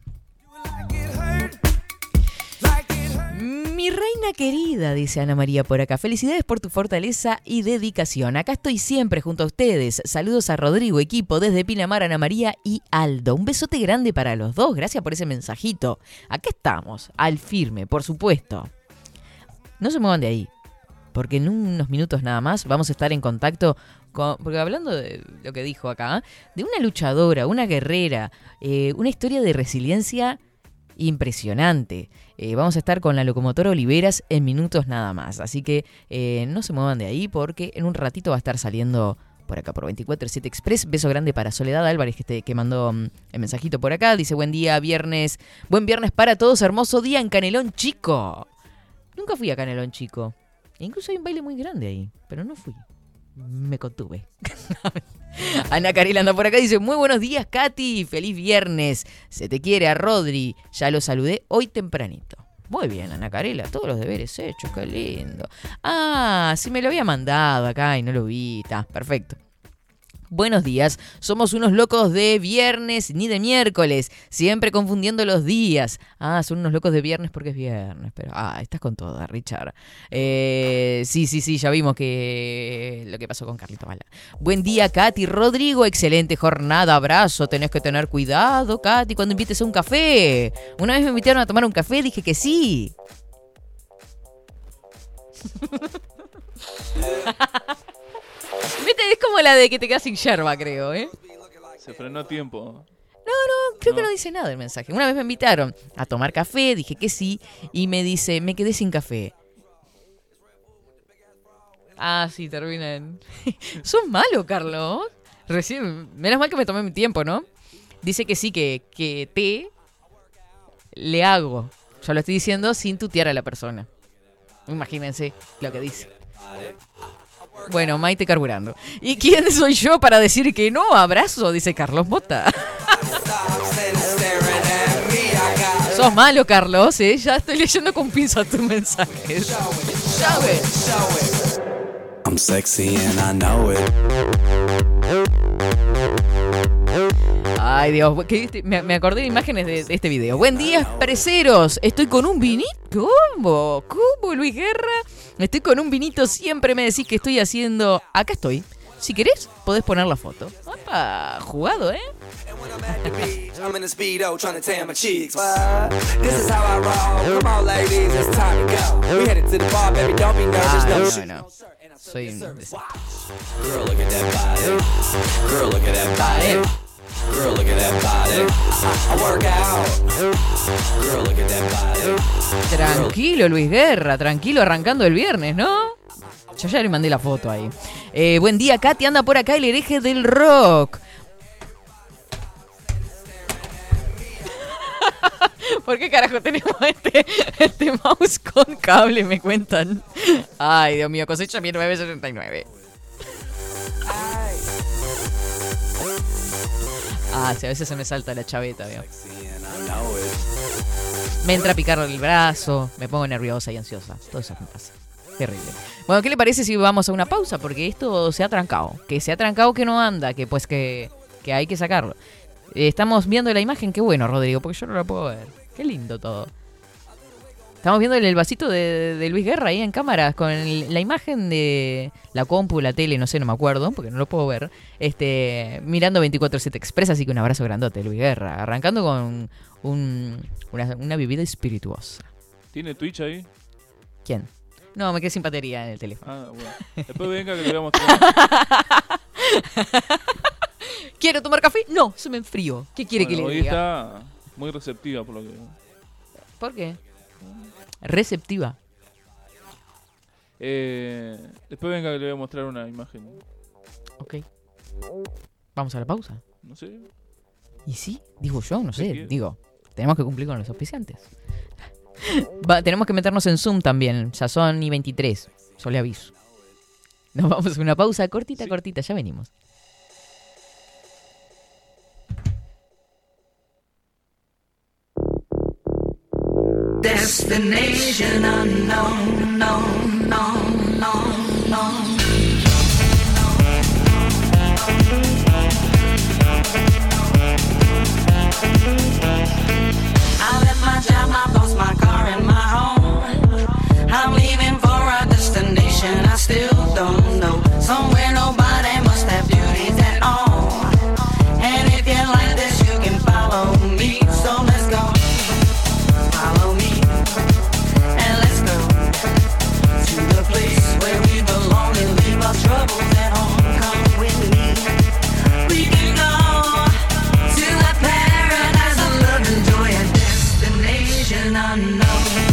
Mi reina querida, dice Ana María por acá. Felicidades por tu fortaleza y dedicación. Acá estoy siempre junto a ustedes. Saludos a Rodrigo, equipo, desde Pinamar, Ana María y Aldo. Un besote grande para los dos. Gracias por ese mensajito. Acá estamos, al firme, por supuesto. No se muevan de ahí, porque en unos minutos nada más vamos a estar en contacto con... Porque hablando de lo que dijo acá, de una luchadora, una guerrera, una historia de resiliencia impresionante. Vamos a estar con la locomotora Oliveras en minutos nada más. Así que no se muevan de ahí porque en un ratito va a estar saliendo por acá por 24/7 Express. Beso grande para Soledad Álvarez que mandó el mensajito por acá. Dice buen día, viernes. Buen viernes para todos. Hermoso día en Canelón Chico. Nunca fui a Canelón Chico. Incluso hay un baile muy grande ahí, pero no fui. Me contuve. Ana Carela anda por acá, dice muy buenos días, Katy, feliz viernes. Se te quiere a Rodri, ya lo saludé hoy tempranito. Muy bien, Ana Carela, todos los deberes hechos, qué lindo. Ah, sí me lo había mandado acá y no lo vi, está, perfecto. Buenos días, somos unos locos de viernes ni de miércoles, siempre confundiendo los días. Ah, son unos locos de viernes porque es viernes, pero estás con toda, Richard. Sí, ya vimos que lo que pasó con Carlito Bala. Buen día, Katy, Rodrigo, excelente jornada, abrazo, tenés que tener cuidado, Katy, cuando invites a un café. Una vez me invitaron a tomar un café, dije que sí. Viste, es como la de que te quedas sin yerba, creo, ¿eh? Se frenó a tiempo. No, creo que no dice nada el mensaje. Una vez me invitaron a tomar café, dije que sí, y me dice, me quedé sin café. Ah, sí, termina en... ¿Sos malo, Carlos? Recién, menos mal que me tomé mi tiempo, ¿no? Dice que sí, que té le hago. Yo lo estoy diciendo sin tutear a la persona. Imagínense lo que dice. Bueno, Maite carburando. ¿Y quién soy yo para decir que no? Abrazo, dice Carlos Mota. Sos malo, Carlos, ¿eh? Ya estoy leyendo con pinzas tus mensajes. I'm sexy and I know it. Ay, Dios, me acordé de imágenes de este video. Buen día, expreseros. Estoy con un vinito. ¿Cómo? ¿Cómo, Luis Guerra? Estoy con un vinito. Siempre me decís que estoy haciendo... Acá estoy. Si querés, podés poner la foto. Opa, jugado, ¿eh? No. Soy un... Girl, look at that body. Girl, look at that body. Girl, look at that body. I work out. Girl, look at that body. Tranquilo, Luis Guerra, tranquilo, arrancando el viernes, ¿no? Yo ya le mandé la foto ahí. Buen día, Katy, anda por acá el hereje del rock. ¿Por qué carajo tenemos este mouse con cable? Me cuentan. Ay, Dios mío, cosecha 1979. Sí, a veces se me salta la chaveta, veo. Me entra a picar el brazo, me pongo nerviosa y ansiosa. Todo eso me pasa. Terrible. Bueno, ¿qué le parece si vamos a una pausa? Porque esto se ha trancado. Que se ha trancado, que no anda, que pues que hay que sacarlo. Estamos viendo la imagen, qué bueno, Rodrigo, porque yo no la puedo ver. Qué lindo todo. Estamos viendo el vasito de Luis Guerra ahí en cámaras con la imagen de la compu, la tele, no sé, no me acuerdo, porque no lo puedo ver. Mirando 24/7 Express, así que un abrazo grandote, Luis Guerra. Arrancando con una bebida espirituosa. ¿Tiene Twitch ahí? ¿Quién? No, me quedé sin batería en el teléfono. Ah, bueno. Después venga que le voy a mostrar. ¿Quiero tomar café? No, se me enfrió. ¿Qué quiere que le hoy diga? Está muy receptiva por lo que... ¿Por qué? Receptiva. Después venga que le voy a mostrar una imagen. Ok. Vamos a la pausa. No sé. ¿Y sí? Digo yo, no sé. quiere? Digo, tenemos que cumplir con los auspiciantes. Tenemos que meternos en Zoom también. Ya son y 23. Yo le aviso. Nos vamos a una pausa cortita, cortita. Ya venimos. Destination unknown, no, no, no, no. I left my job, I lost my car and my home. I'm leaving for a destination I still don't know. Somewhere nobody must have duties at all. And if you like this, you can follow me. So let's go. Follow me. And let's go to the place where we belong and leave our troubles at home. Come with me. We can go to a paradise of love and joy, a destination unknown.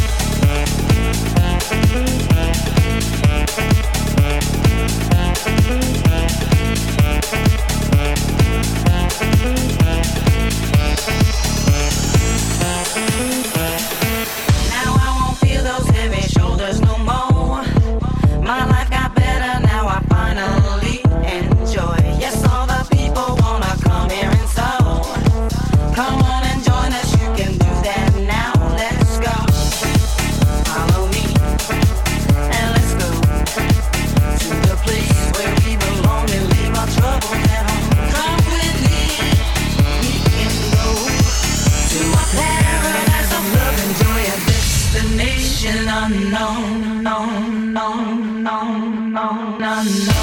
Now I won't feel those heavy shoulders no more. My life got better, now I finally enjoy. Yes, all the people wanna come here and so. Come on and join us, you can do that now. Let's go. Follow me. And let's go to the place where we belong and leave our troubles at home. Come with me. We can go to a paradise of love and joy, a destination unknown, no, no, no, no, no, no.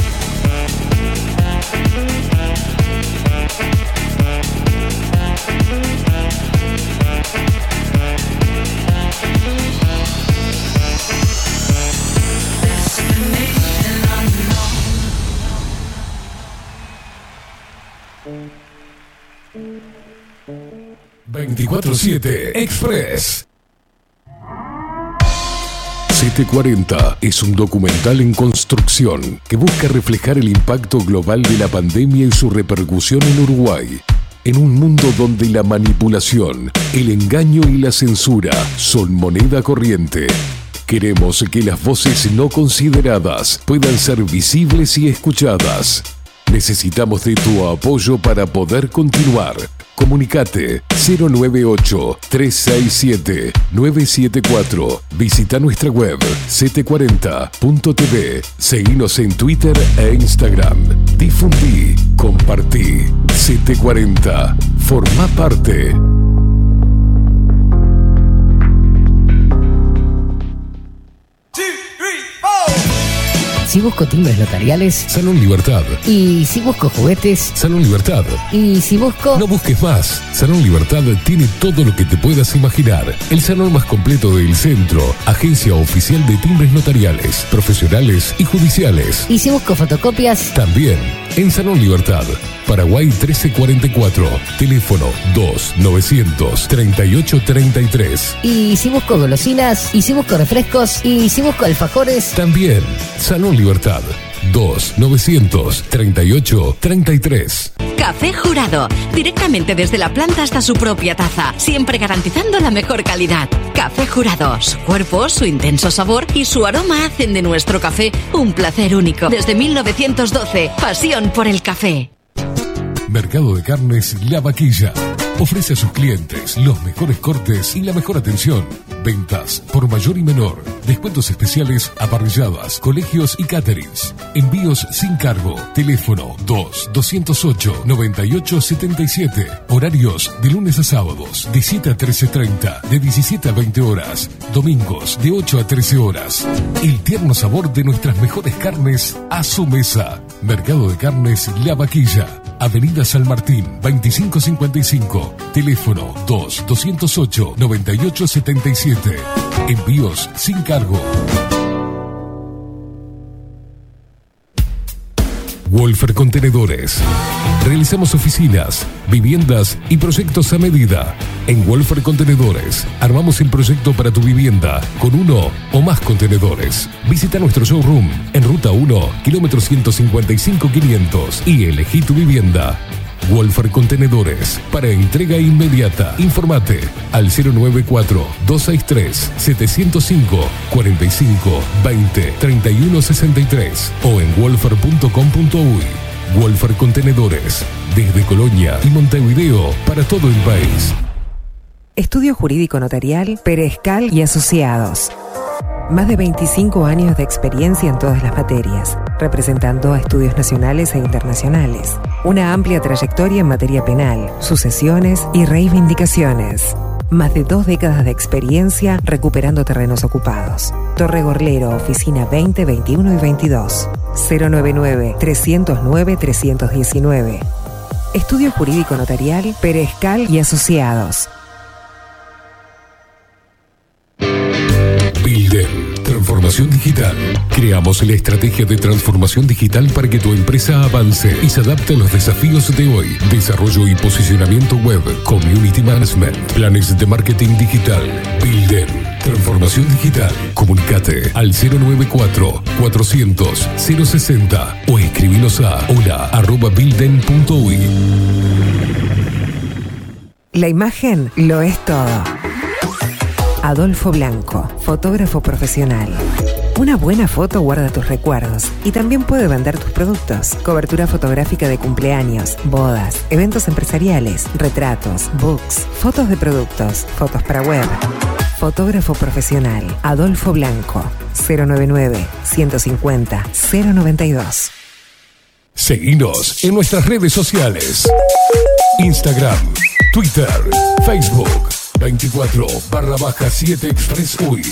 Destination unknown. 24/7 Express. 740 es un documental en construcción que busca reflejar el impacto global de la pandemia y su repercusión en Uruguay. En un mundo donde la manipulación, el engaño y la censura son moneda corriente, queremos que las voces no consideradas puedan ser visibles y escuchadas. Necesitamos de tu apoyo para poder continuar. Comunicate 098-367-974. Visita nuestra web 740.tv. Seguinos en Twitter e Instagram. Difundí, compartí. 740. Forma parte. Si busco timbres notariales, Salón Libertad. y si busco juguetes, Salón Libertad. y si busco... No busques más. Salón Libertad tiene todo lo que te puedas imaginar. El salón más completo del centro. Agencia oficial de timbres notariales, profesionales y judiciales. Y si busco fotocopias, También en Salón Libertad. Paraguay 1344. Teléfono 2-938-33. y si busco golosinas, y si busco refrescos, y si busco alfajores... También Salón Libertad. 2-938-33. Café Jurado, directamente desde la planta hasta su propia taza, siempre garantizando la mejor calidad. Café Jurado, su cuerpo, su intenso sabor y su aroma hacen de nuestro café un placer único. Desde 1912, pasión por el café. Mercado de Carnes La Vaquilla. Ofrece a sus clientes los mejores cortes y la mejor atención. Ventas por mayor y menor. Descuentos especiales a parrilladas, colegios y caterings. Envíos sin cargo. Teléfono 2-208-9877. Horarios de lunes a sábados de 7 a 13:30, de 17 a 20 horas. Domingos de 8 a 13 horas. El tierno sabor de nuestras mejores carnes a su mesa. Mercado de Carnes La Vaquilla. Avenida San Martín, 2555. Teléfono 2-208-9877. Envíos sin cargo. Wolfer Contenedores. Realizamos oficinas, viviendas y proyectos a medida. En Wolfer Contenedores armamos el proyecto para tu vivienda con uno o más contenedores. Visita nuestro showroom en Ruta 1, kilómetro 155-500 y elegí tu vivienda. Wolfer Contenedores, para entrega inmediata. Informate al 094-263-705 45 20 31 63 o en wolfer.com.uy. Wolfer Contenedores, desde Colonia y Montevideo para todo el país. Estudio Jurídico Notarial, Perezcal y Asociados. Más de 25 años de experiencia en todas las materias, representando a estudios nacionales e internacionales. Una amplia trayectoria en materia penal, sucesiones y reivindicaciones. Más de 2 décadas de experiencia recuperando terrenos ocupados. Torre Gorlero, oficina 20, 21 y 22. 099-309-319. Estudio Jurídico Notarial, Perezcal y Asociados. Builden, transformación digital. Creamos la estrategia de transformación digital para que tu empresa avance y se adapte a los desafíos de hoy. Desarrollo y posicionamiento web, community management, planes de marketing digital. Builden, transformación digital. Comunicate al 094-400-060 o escribinos a hola@builden.uy. La imagen lo es todo. Adolfo Blanco, fotógrafo profesional. Una buena foto guarda tus recuerdos y también puede vender tus productos. Cobertura fotográfica de cumpleaños, bodas, eventos empresariales, retratos, books, fotos de productos, fotos para web. Fotógrafo profesional, Adolfo Blanco, 099-150-092. Seguinos en nuestras redes sociales. Instagram, Twitter, Facebook. 24/7 Express UI.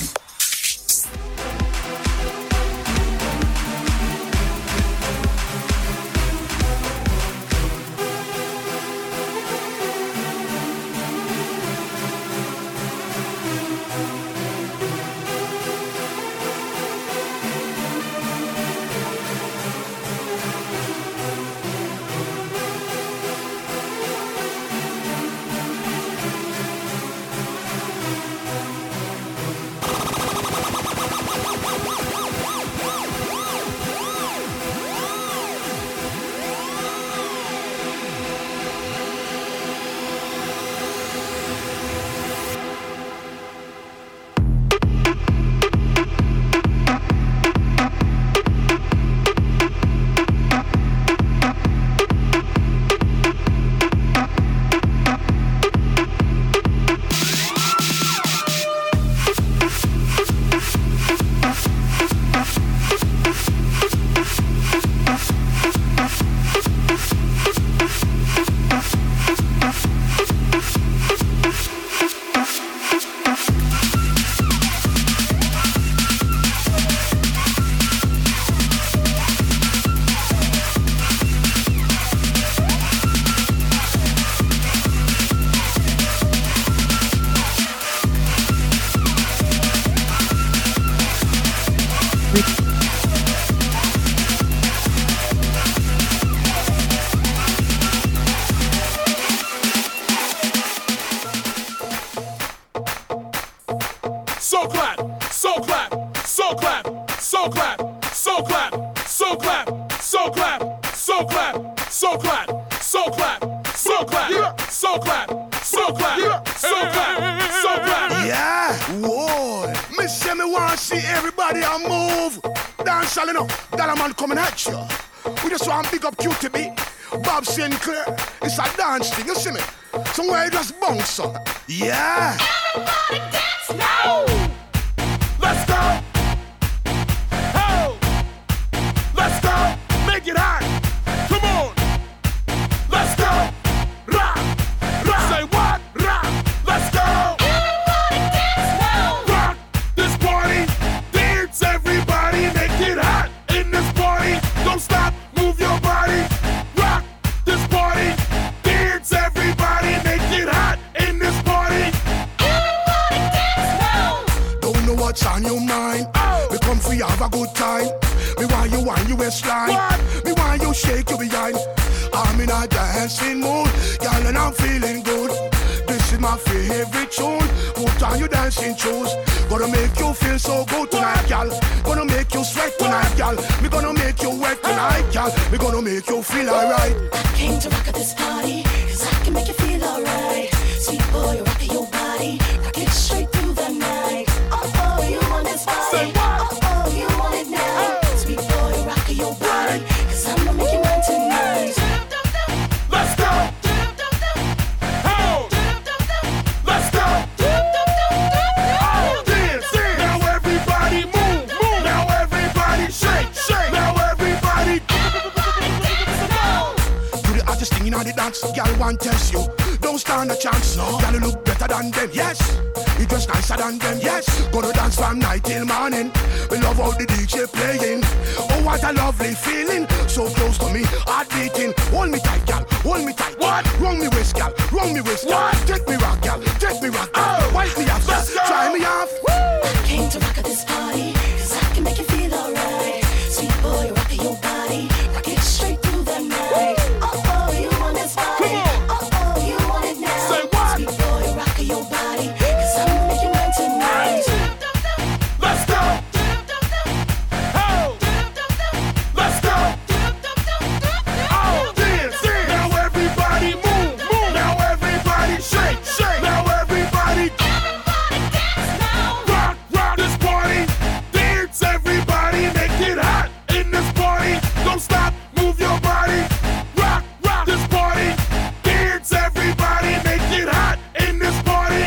So clap, so clap, so clap, so clap, so clap, so clap, so clap, so clap, so clap, so clap, so clap, so clap, so clap, so clap, so clap. Yeah, whoa. Me say me want to see everybody a move. Dance all enough, that man coming at you. We just want to big up QTB, Bob Sinclair. It's a dance thing, you see me? Somewhere you just bounce up. Yeah. Everybody dance now. Let's go. Oh. Let's go. Make it hot. Come on. Let's go. Rock. Rock. Say what? Rock. Let's go. Everybody dance now. Rock this party. Dance everybody. Make it hot in this party. Don't stop. Move your body. Rock this party. Dance everybody. Make it hot in this party. Everybody dance now. Don't know what's on your mind. come for you have a good time. Me want you waistline. Me want you shake your behind. I'm in a dancing mood, girl, and I'm feeling good. This is my favorite tune. Put on your dancing shoes. Gonna make you feel so good tonight, girl. Gonna make you sweat tonight, girl. Me gonna make you wet tonight, girl. Me gonna make you feel alright. I came to rock at this party, 'cause I can make you feel alright. Sweet boy, rock your body, rock it straight through the night. Oh, you want this body? Say what? Oh, you want it now? Sweet boy, rock your body, 'cause I'ma make you mine tonight. Let's go. Ho. Let's go. Oh, dance. Now everybody move. Now everybody shake. Now everybody. Do the hottest thing in all the dance, girl, want test you. Don't stand a chance, no. Girl, you look better than them, yes. You dress nicer than them, yes. Gonna dance from night till morning. We love how the DJ playing. Oh, what a lovely feeling. So close to me, heart beating. Hold me tight, girl, hold me tight. What? Wrong me waist, girl, wrong me waist, girl. What? Take me rock, girl, take me rock, girl. Oh. Wipe me off, Let's go. try me off. I came to rock at this party, 'cause I can make you feel alright. Sweet boy, rock your body, rock it straight through the night. Oh, you want this body? Oh, you want it now? Say what? Sweet boy, rock your body, 'cause I'ma make you mine tonight. Let's go. Ho. Let's go. Oh, dance. Now everybody move. Now everybody shake. Now everybody. Rock this party. Dance everybody. Make it hot in this party. Don't stop. Move your body. Rock this party. Dance everybody. Make it hot in this party.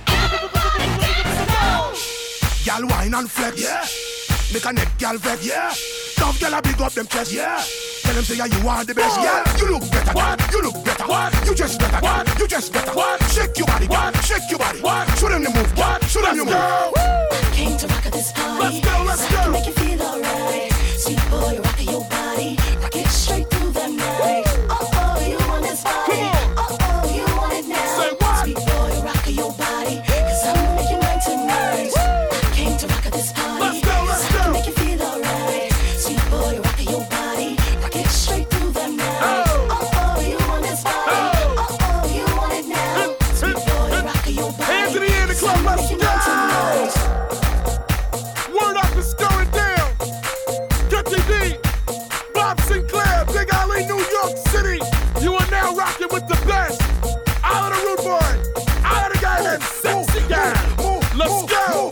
Girl, wine and flex. Yeah. Make a neck, girl, vex. Yeah. Tough girl, I big up them chest. Yeah. Tell them say yeah, you are the best. What? Yeah, you look better. What? You look better. What? You just better. What? You just better. What? Shake your body. What? Shake your body. What? Show them you move. What? Show them you Let's move. go. I came to rock at this party. Let's go, let's 'cause I can go. make you feel alright. Sweet boy, rock your body, rock it straight through the night. Oh, you want this body? Oh, you want it now? Say what? Sweet boy, rock your body, 'cause I'ma make you mine tonight. I came to rock at this party. Let's go, let's 'cause I can go. make you feel alright. Sweet boy, rock your body, rock it straight through the night. Oh, you want this body? Oh, you want it now? Sweet boy, rock your body. Hands in the air in the club, I'ma let's make you go. mine tonight. Word up is going down. Get your D. Bob Sinclair, Big Alley, New York City. You are now rocking with the best. Out of the rude boy. Out of the guy that's sexy guy. Let's go.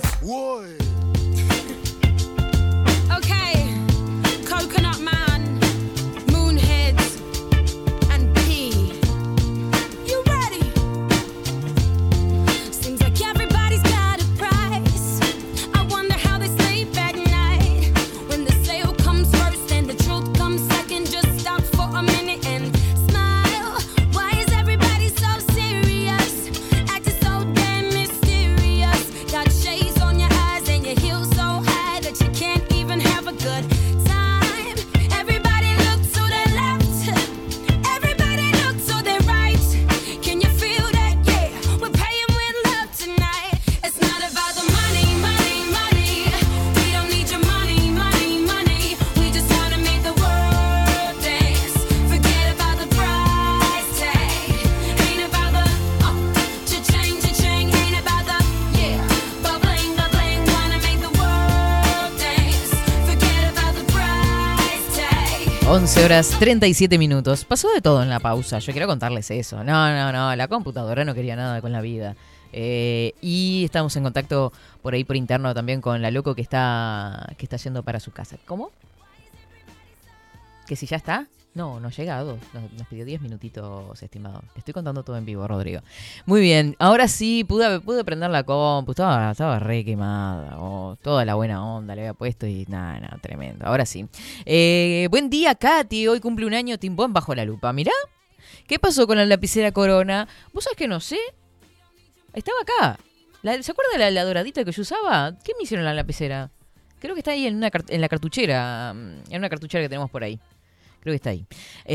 Okay, Coconut Man, Moonheads, and P. You ready? Seems like everybody's got a price. I wonder how they sleep at night. When the sale comes first and the truth comes second, just stop for a minute and smile. Why is everybody so serious? Acting so damn mysterious. Got shades on your eyes and your heels so high that you can't even have a good time. Everybody look to their left. Everybody look to their right. Can you feel that? Yeah, we're paying with love tonight. It's not about the money, money, money. We don't need your money, money, money. We just wanna make the world dance. Forget about the price tag. Ain't about the cha-ching, cha-ching. Ain't about the ba-bling, ba-bling. Wanna make the world dance. Forget about the price tag. 11 horas 37 minutos. Pasó de todo en la pausa. Yo quiero contarles eso. No. La computadora no quería nada con la vida. Y estamos en contacto por ahí por interno también con la loco que está yendo para su casa. ¿Cómo? ¿Que si ya está? No ha llegado. Nos pidió 10 minutitos, estimado. Te estoy contando todo en vivo, Rodrigo. Muy bien. Ahora sí, pude prender la compu. Estaba re quemada. Toda la buena onda le había puesto y nada, tremendo. Ahora sí. Buen día, Katy. Hoy cumple un año Timbón bajo la lupa. Mirá. ¿Qué pasó con la lapicera Corona? ¿Vos sabés que no sé? Estaba acá. ¿Se acuerda la doradita que yo usaba? ¿Qué me hicieron la lapicera? Creo que está ahí en la cartuchera. En una cartuchera que tenemos por ahí. Creo que está ahí.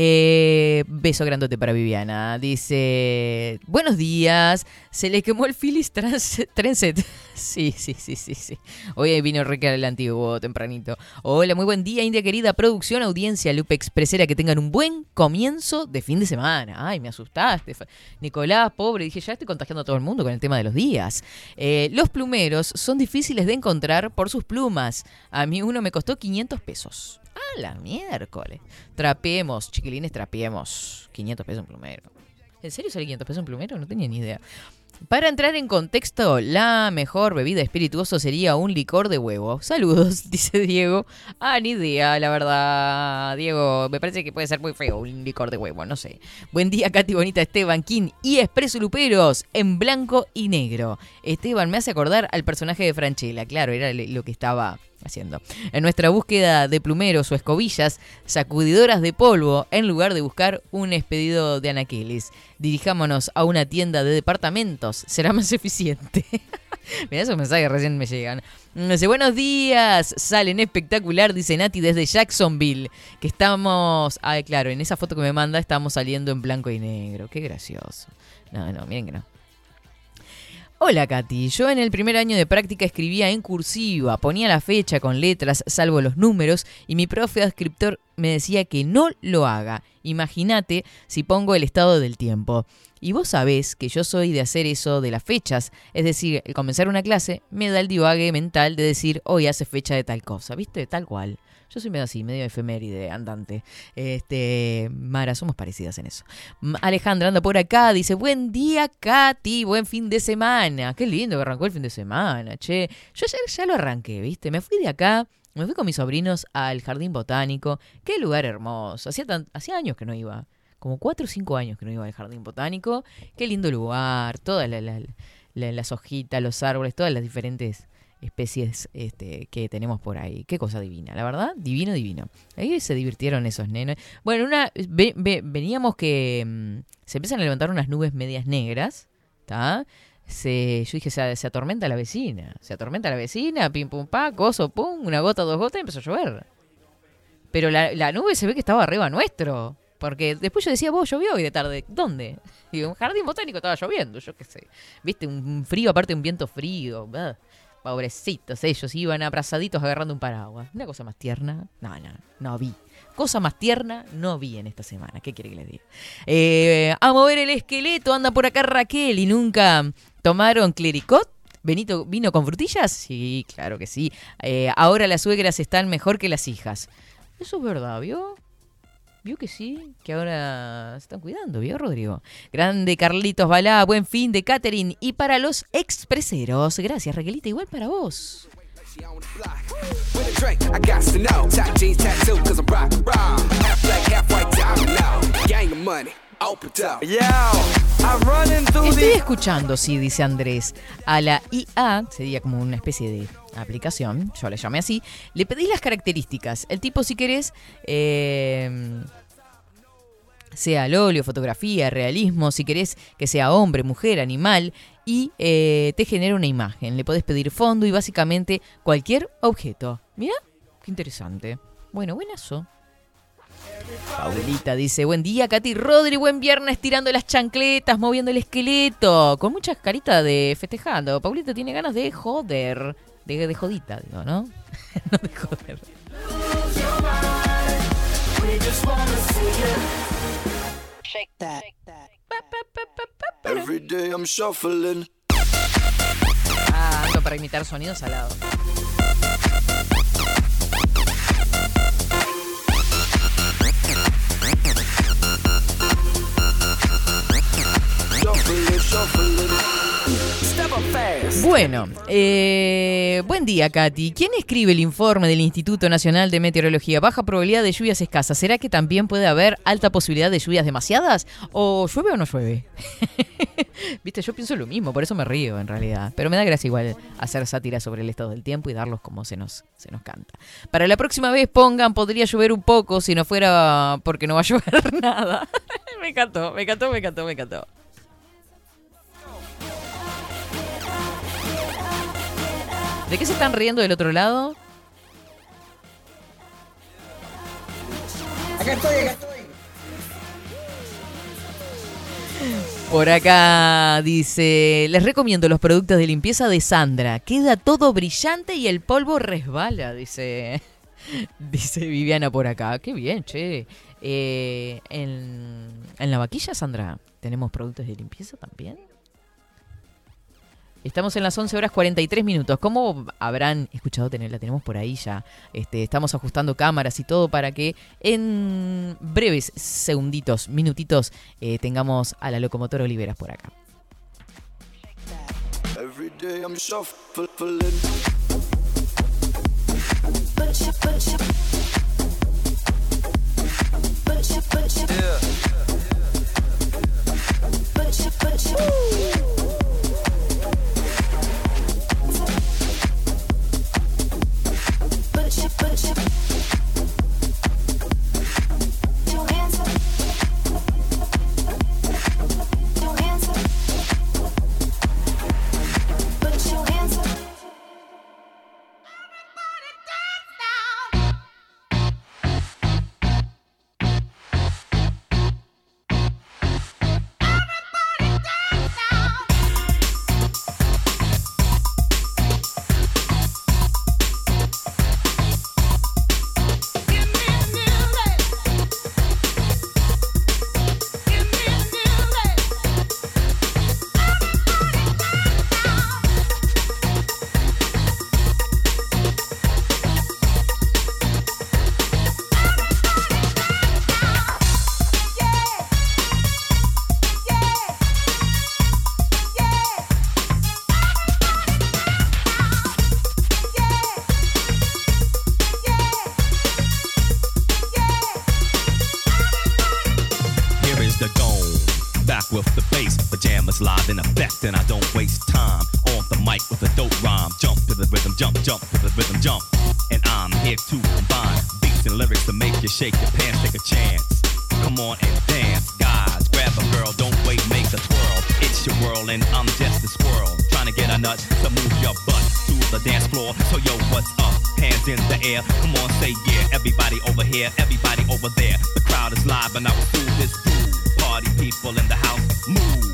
Beso grandote para Viviana. Dice, buenos días. Se le quemó el Philips Transit. Sí. Hoy vino Rica el antiguo tempranito. Hola, muy buen día, India querida. Producción, audiencia, Lupe Expresera. Que tengan un buen comienzo de fin de semana. Ay, me asustaste. Nicolás, pobre. Dije, ya estoy contagiando a todo el mundo con el tema de los días. Los plumeros son difíciles de encontrar por sus plumas. A mí uno me costó 500 pesos. ¡Ah, la miércoles! Trapeemos, chiquilines, trapeemos. 500 pesos un plumero. ¿En serio sale 500 pesos un plumero? No tenía ni idea. Para entrar en contexto, la mejor bebida espirituosa sería un licor de huevo. Saludos, dice Diego. Ni idea, la verdad. Diego, me parece que puede ser muy feo un licor de huevo, no sé. Buen día, Katy Bonita, Esteban, King y Expreso Luperos en blanco y negro. Esteban me hace acordar al personaje de Franchella. Claro, era lo que estaba haciendo. En nuestra búsqueda de plumeros o escobillas sacudidoras de polvo, en lugar de buscar un expedido de anaqueles, dirijámonos a una tienda de departamentos. Será más eficiente. Mirá esos mensajes recién me llegan. Dice, buenos días, salen espectacular, dice Nati desde Jacksonville. Que estamos, claro, en esa foto que me manda estamos saliendo en blanco y negro. Qué gracioso. No, miren que no. Hola Katy, yo en el primer año de práctica escribía en cursiva, ponía la fecha con letras salvo los números y mi profe adscriptor me decía que no lo haga. Imagínate si pongo el estado del tiempo. Y vos sabés que yo soy de hacer eso de las fechas, es decir, al comenzar una clase me da el divague mental de decir hoy hace fecha de tal cosa, ¿viste? Tal cual. Yo soy medio así, medio efeméride, andante. Mara, somos parecidas en eso. Alejandra anda por acá, dice, buen día, Katy, buen fin de semana. Qué lindo que arrancó el fin de semana, che. Yo ya lo arranqué, ¿viste? Me fui de acá, me fui con mis sobrinos al Jardín Botánico. Qué lugar hermoso. Hacía años que no iba, como 4 o 5 años que no iba al Jardín Botánico. Qué lindo lugar, todas las hojitas, los árboles, todas las diferentes especies que tenemos por ahí. Qué cosa divina, la verdad, divino. Ahí se divirtieron esos nenes. Bueno, veníamos que se empiezan a levantar unas nubes medias negras, ¿está? Yo dije, se atormenta la vecina. Pim, pum, pa, coso, pum, una gota, 2 gotas y empezó a llover. Pero la nube se ve que estaba arriba nuestro. Porque después yo decía, vos, llovió hoy de tarde. ¿Dónde? Digo, un Jardín Botánico estaba lloviendo, yo qué sé. Viste, un frío, aparte un viento frío. Pobrecitos, ellos iban abrazaditos agarrando un paraguas. Una cosa más tierna, no vi. Cosa más tierna no vi en esta semana. ¿Qué quiere que les diga? A mover el esqueleto, anda por acá Raquel. ¿Y nunca tomaron clericot? ¿Benito vino con frutillas? Sí, claro que sí. Ahora las suegras están mejor que las hijas. Eso es verdad, ¿vio? ¿Vio que sí? Que ahora se están cuidando, ¿vio, Rodrigo? Grande Carlitos Balá, buen fin de Catherine. Y para los expreseros, gracias, Raquelita, igual para vos. Estoy escuchando, sí, dice Andrés, a la IA, sería como una especie de aplicación, yo la llamé así, le pedís las características. El tipo, si querés, sea al óleo, fotografía, realismo, si querés que sea hombre, mujer, animal, y te genera una imagen. Le podés pedir fondo y básicamente cualquier objeto. Mira, qué interesante. Bueno, buenazo. Paulita dice, buen día, Katy Rodri, buen viernes tirando las chancletas, moviendo el esqueleto, con muchas caritas de festejando. Paulita tiene ganas de joder, de jodita, digo, ¿no? No de joder. Shake that. Every day I'm shuffling. Ando para imitar sonidos salados. Bueno, buen día, Katy. ¿Quién escribe el informe del Instituto Nacional de Meteorología? Baja probabilidad de lluvias escasas. ¿Será que también puede haber alta posibilidad de lluvias demasiadas? ¿O llueve o no llueve? Viste, yo pienso lo mismo, por eso me río en realidad. Pero me da gracia igual hacer sátira sobre el estado del tiempo y darlos como se nos canta. Para la próxima vez pongan, podría llover un poco si no fuera porque no va a llover nada. Me encantó. ¿De qué se están riendo del otro lado? Acá estoy, acá estoy. Por acá dice, les recomiendo los productos de limpieza de Sandra. Queda todo brillante y el polvo resbala, dice Viviana por acá. Qué bien, che. En la vaquilla, Sandra, ¿tenemos productos de limpieza también? Estamos en las 11:43. Como habrán escuchado, la tenemos por ahí ya. Estamos ajustando cámaras y todo para que en breves segunditos, minutitos, tengamos a la locomotora Oliveras por acá. Every day I'm shuffling. Yeah. with the bass. Pajamas live in effect, and I don't waste time on the mic with a dope rhyme. Jump to the rhythm, jump, jump to the rhythm, jump. And I'm here to combine beats and lyrics to make you shake your pants, take a chance. Come on and dance, guys. Grab a girl, don't wait, make a twirl. It's your world, and I'm just a squirrel. Trying to get a nut to move your butt to the dance floor. So yo, what's up? Hands in the air. Come on, say yeah. Everybody over here, everybody over there. The crowd is live, and I will do this groove. Party people in the house, move.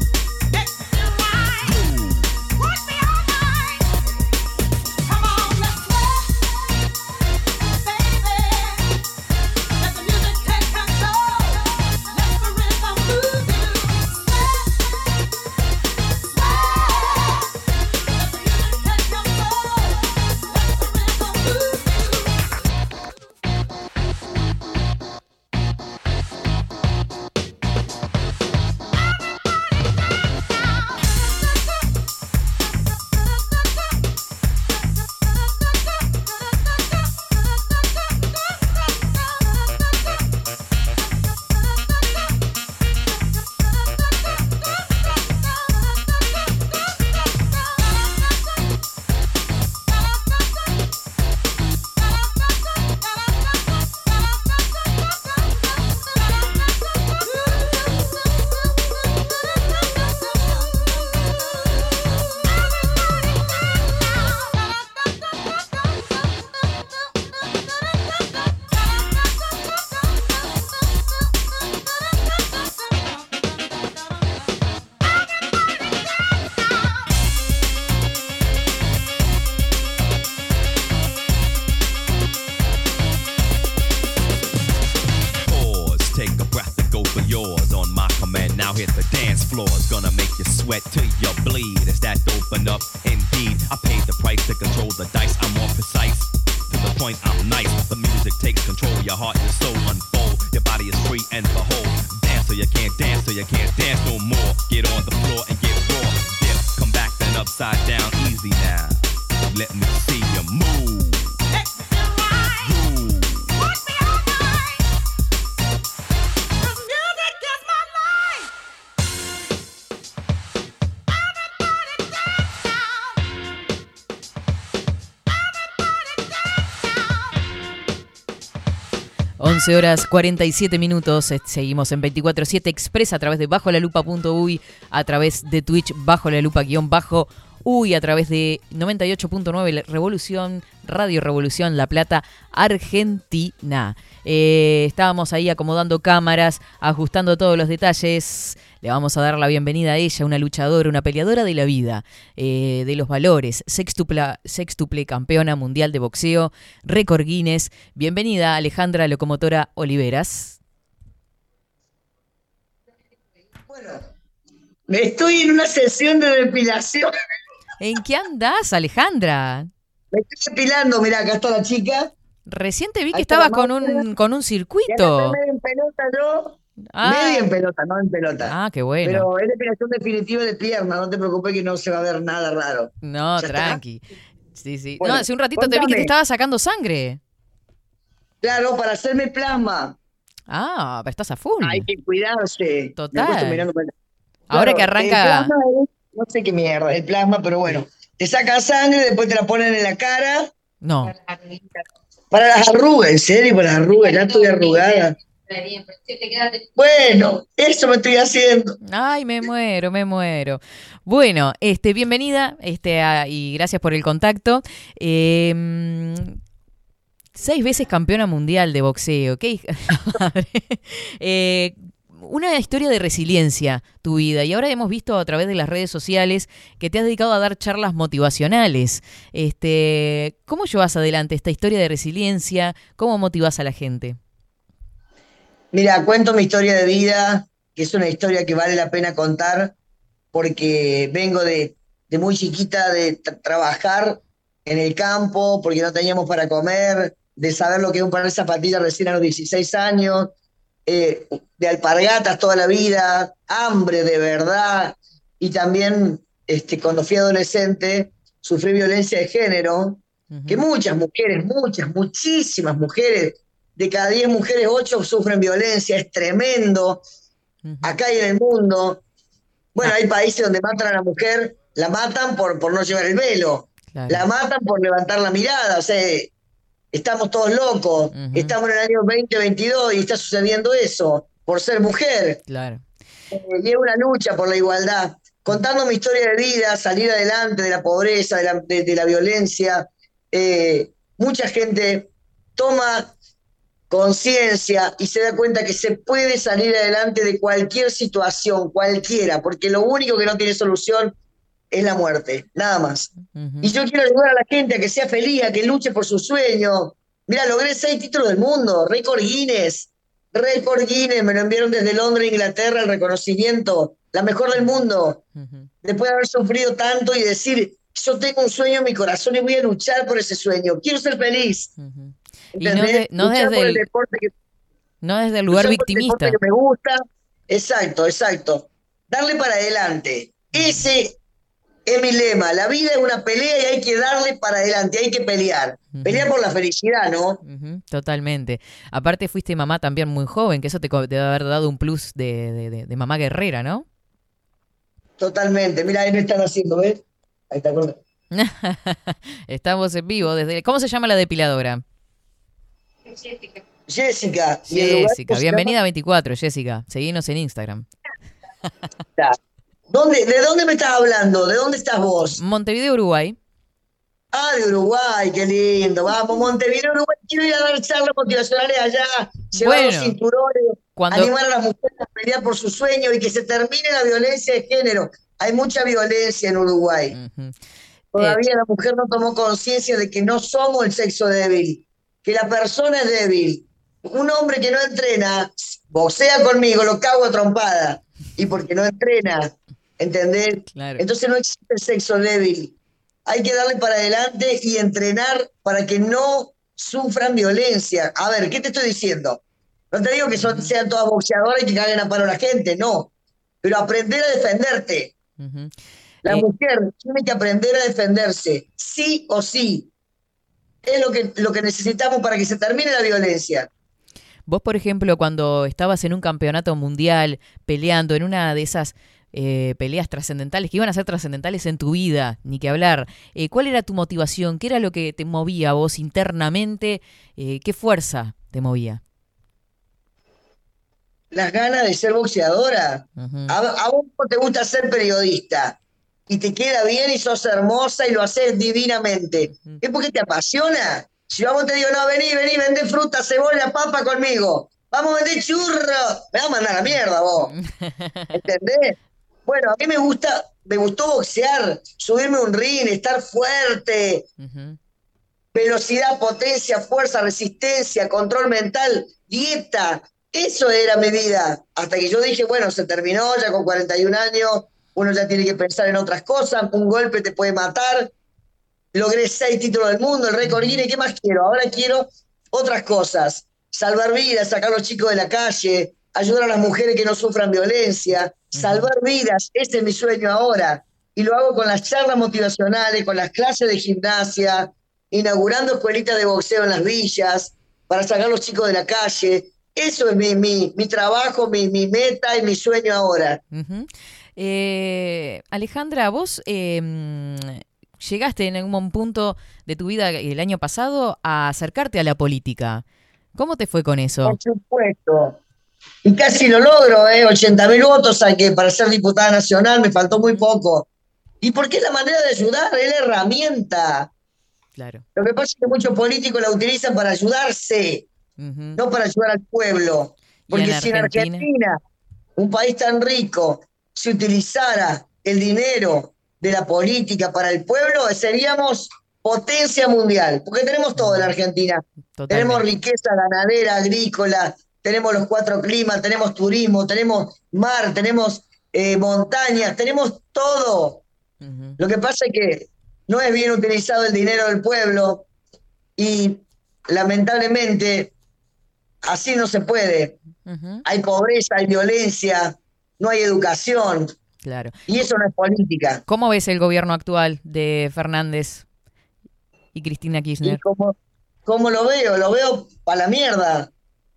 Horas 47 minutos. Seguimos en 24/7 Express a través de bajolalupa.uy, a través de Twitch, bajo la lupa Uy, a través de 98.9 Revolución, Radio Revolución La Plata, Argentina. Estábamos ahí acomodando cámaras, ajustando todos los detalles. Le vamos a dar la bienvenida a ella, una luchadora, una peleadora de la vida, de los valores, sextuple campeona mundial de boxeo, récord Guinness. Bienvenida, Alejandra Locomotora Oliveras. Bueno, estoy en una sesión de depilación. ¿En qué andás, Alejandra? Me estoy depilando, mirá, acá está la chica. Recién te vi que Ahí está estabas la con un Y circuito. acá estoy medio en pelota yo. Ah. Medio en pelota, no en pelota. Ah, qué bueno. Pero es depilación definitiva de pierna, no te preocupes que no se va a ver nada raro. No, ¿Ya tranqui. Sí, sí. Bueno, no, hace un ratito te vi que contame. te estaba sacando sangre. Claro, para hacerme plasma. Ah, pero estás a full. Hay que cuidarse. Total. Me estoy mirando para- Ahora que Claro, arranca- el plasma es- no sé qué mierda, el plasma, pero bueno. Te sacan sangre, después te la ponen en la cara. No. Para las arrugas, en serio, para las arrugas, ya estoy arrugada. Bueno, eso me estoy haciendo. Ay, me muero, me muero. Bueno, bienvenida, y gracias por el contacto. 6 veces campeona mundial de boxeo. ¿Qué hija de la madre? Una historia de resiliencia, tu vida. Y ahora hemos visto a través de las redes sociales que te has dedicado a dar charlas motivacionales. ¿Cómo llevas adelante esta historia de resiliencia? ¿Cómo motivas a la gente? Mira, cuento mi historia de vida, que es una historia que vale la pena contar, porque vengo de muy chiquita de trabajar en el campo, porque no teníamos para comer, de saber lo que es un par de zapatillas recién a los 16 años, de alpargatas toda la vida, hambre de verdad, y también cuando fui adolescente sufrí violencia de género, que muchas mujeres, muchísimas mujeres, de cada 10 mujeres, 8 sufren violencia, es tremendo, acá y en el mundo. Bueno, hay países donde matan a la mujer, la matan por no llevar el velo, Claro. la matan por levantar la mirada, o sea, estamos todos locos, estamos en el año 2022 y está sucediendo eso, por ser mujer. Claro. Y es una lucha por la igualdad. Contando mi historia de vida, salir adelante de la pobreza, de la violencia, mucha gente toma conciencia y se da cuenta que se puede salir adelante de cualquier situación, cualquiera, porque lo único que no tiene solución es la muerte, nada más. Y yo quiero ayudar a la gente a que sea feliz, a que luche por sus sueños. Mira, logré 6 títulos del mundo, récord Guinness, me lo enviaron desde Londres, Inglaterra, el reconocimiento, la mejor del mundo. Después de haber sufrido tanto y decir, yo tengo un sueño en mi corazón y voy a luchar por ese sueño, quiero ser feliz. Y no, ¿Entendés? no Luchar desde por el deporte que no desde el lugar luchar por el victimista. deporte que me gusta. Exacto. Darle para adelante. Ese es mi lema. La vida es una pelea y hay que darle para adelante, hay que pelear. Pelear por la felicidad, ¿no? Totalmente. Aparte fuiste mamá también muy joven, que eso te debe haber dado un plus de mamá guerrera, ¿no? Totalmente. Mira, ahí me están haciendo, ¿ves? Ahí está. Estamos en vivo desde. ¿Cómo se llama la depiladora? Jessica. ¿Y el lugar Jessica, cómo se bienvenida a 24, Jessica. Seguinos en Instagram. llama? ¿De dónde me estás hablando? ¿De dónde estás vos? Montevideo, Uruguay. Ah, de Uruguay, qué lindo. Vamos, Montevideo, Uruguay. Quiero ir a dar charlas motivacionales allá, llevar los Bueno, cinturones, cuando- animar a las mujeres a pelear por sus sueños y que se termine la violencia de género. Hay mucha violencia en Uruguay. Todavía la mujer no tomó conciencia de que no somos el sexo débil, que la persona es débil. Un hombre que no entrena, boxea conmigo, lo cago a trompada. Y porque no entrena, ¿entendés? Claro. Entonces no existe el sexo débil. Hay que darle para adelante y entrenar para que no sufran violencia. A ver, ¿qué te estoy diciendo? No te digo que sean todas boxeadoras y que caguen a paro a la gente, no. Pero aprender a defenderte. La mujer tiene que aprender a defenderse, sí o sí. Es lo que necesitamos para que se termine la violencia. Vos, por ejemplo, cuando estabas en un campeonato mundial peleando en una de esas peleas trascendentales, que iban a ser trascendentales en tu vida, ni que hablar, ¿cuál era tu motivación? ¿Qué era lo que te movía a vos internamente? ¿Qué fuerza te movía? Las ganas de ser boxeadora. A vos te gusta ser periodista. y te queda bien y sos hermosa y lo haces divinamente. Es porque te apasiona. Si vamos te digo, no, vení, vendé fruta, cebolla, papa conmigo. Vamos a vender churros. Me vas a mandar a la mierda vos. ¿Entendés? Bueno, a mí me gustó boxear, subirme a un ring, estar fuerte. Velocidad, potencia, fuerza, resistencia, control mental, dieta. Eso era mi vida. Hasta que yo dije, bueno, se terminó ya con 41 años. Uno ya tiene que pensar en otras cosas. Un golpe te puede matar. Logré 6 títulos del mundo, el récord Guinness. ¿Qué más quiero? Ahora quiero otras cosas. Salvar vidas, sacar a los chicos de la calle, ayudar a las mujeres que no sufran violencia, salvar vidas. Ese es mi sueño ahora. Y lo hago con las charlas motivacionales, con las clases de gimnasia, inaugurando escuelitas de boxeo en las villas, para sacar a los chicos de la calle. Eso es mi trabajo, mi meta y mi sueño ahora. Alejandra, vos llegaste en algún punto de tu vida el año pasado a acercarte a la política. ¿Cómo te fue con eso? Por supuesto. Y casi lo logro, 80.000 votos saqué para ser diputada nacional, me faltó muy poco. ¿Y por qué es la manera de ayudar? Es la herramienta. Claro. Lo que pasa es que muchos políticos la utilizan para ayudarse, no para ayudar al pueblo. Porque si en Argentina, un país tan rico, se utilizara el dinero de la política para el pueblo, seríamos potencia mundial, porque tenemos todo en la Argentina. Totalmente. Tenemos riqueza ganadera, agrícola, tenemos los 4 climas, tenemos turismo, tenemos mar, tenemos montañas, tenemos todo. Lo que pasa es que no es bien utilizado el dinero del pueblo y lamentablemente así no se puede. Hay pobreza, hay violencia, no hay educación. Claro. Y eso no es política. ¿Cómo ves el gobierno actual de Fernández y Cristina Kirchner? ¿Y cómo lo veo? Lo veo para la mierda.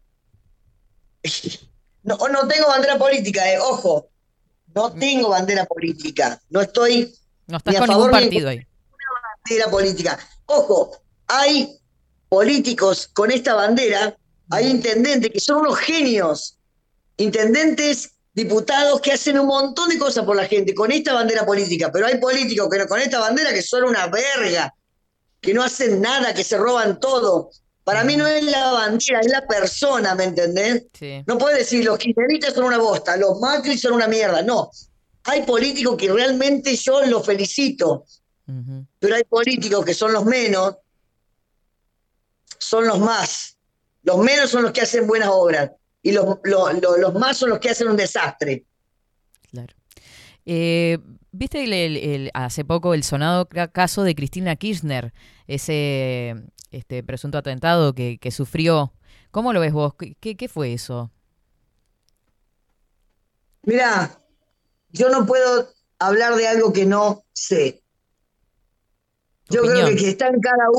No tengo bandera política, ojo. No tengo bandera política. No estoy No estás ni a con favor ningún ni en partido ahí. bandera política. Ojo, hay políticos con esta bandera, hay intendentes que son unos genios. Intendentes, diputados que hacen un montón de cosas por la gente con esta bandera política, pero hay políticos que con esta bandera que son una verga, que no hacen nada, que se roban todo. Para mí no es la bandera, es la persona, ¿me entendés? Sí. No puedes decir los kirchneristas son una bosta, los Macri son una mierda, no. Hay políticos que realmente yo los felicito, pero hay políticos que son los menos, son los más. Los menos son los que hacen buenas obras. Y los más son los que hacen un desastre. Claro. ¿Viste hace poco el sonado caso de Cristina Kirchner? Ese presunto atentado que sufrió. ¿Cómo lo ves vos? ¿Qué fue eso? Mirá, yo no puedo hablar de algo que no sé. Yo creo que está en cada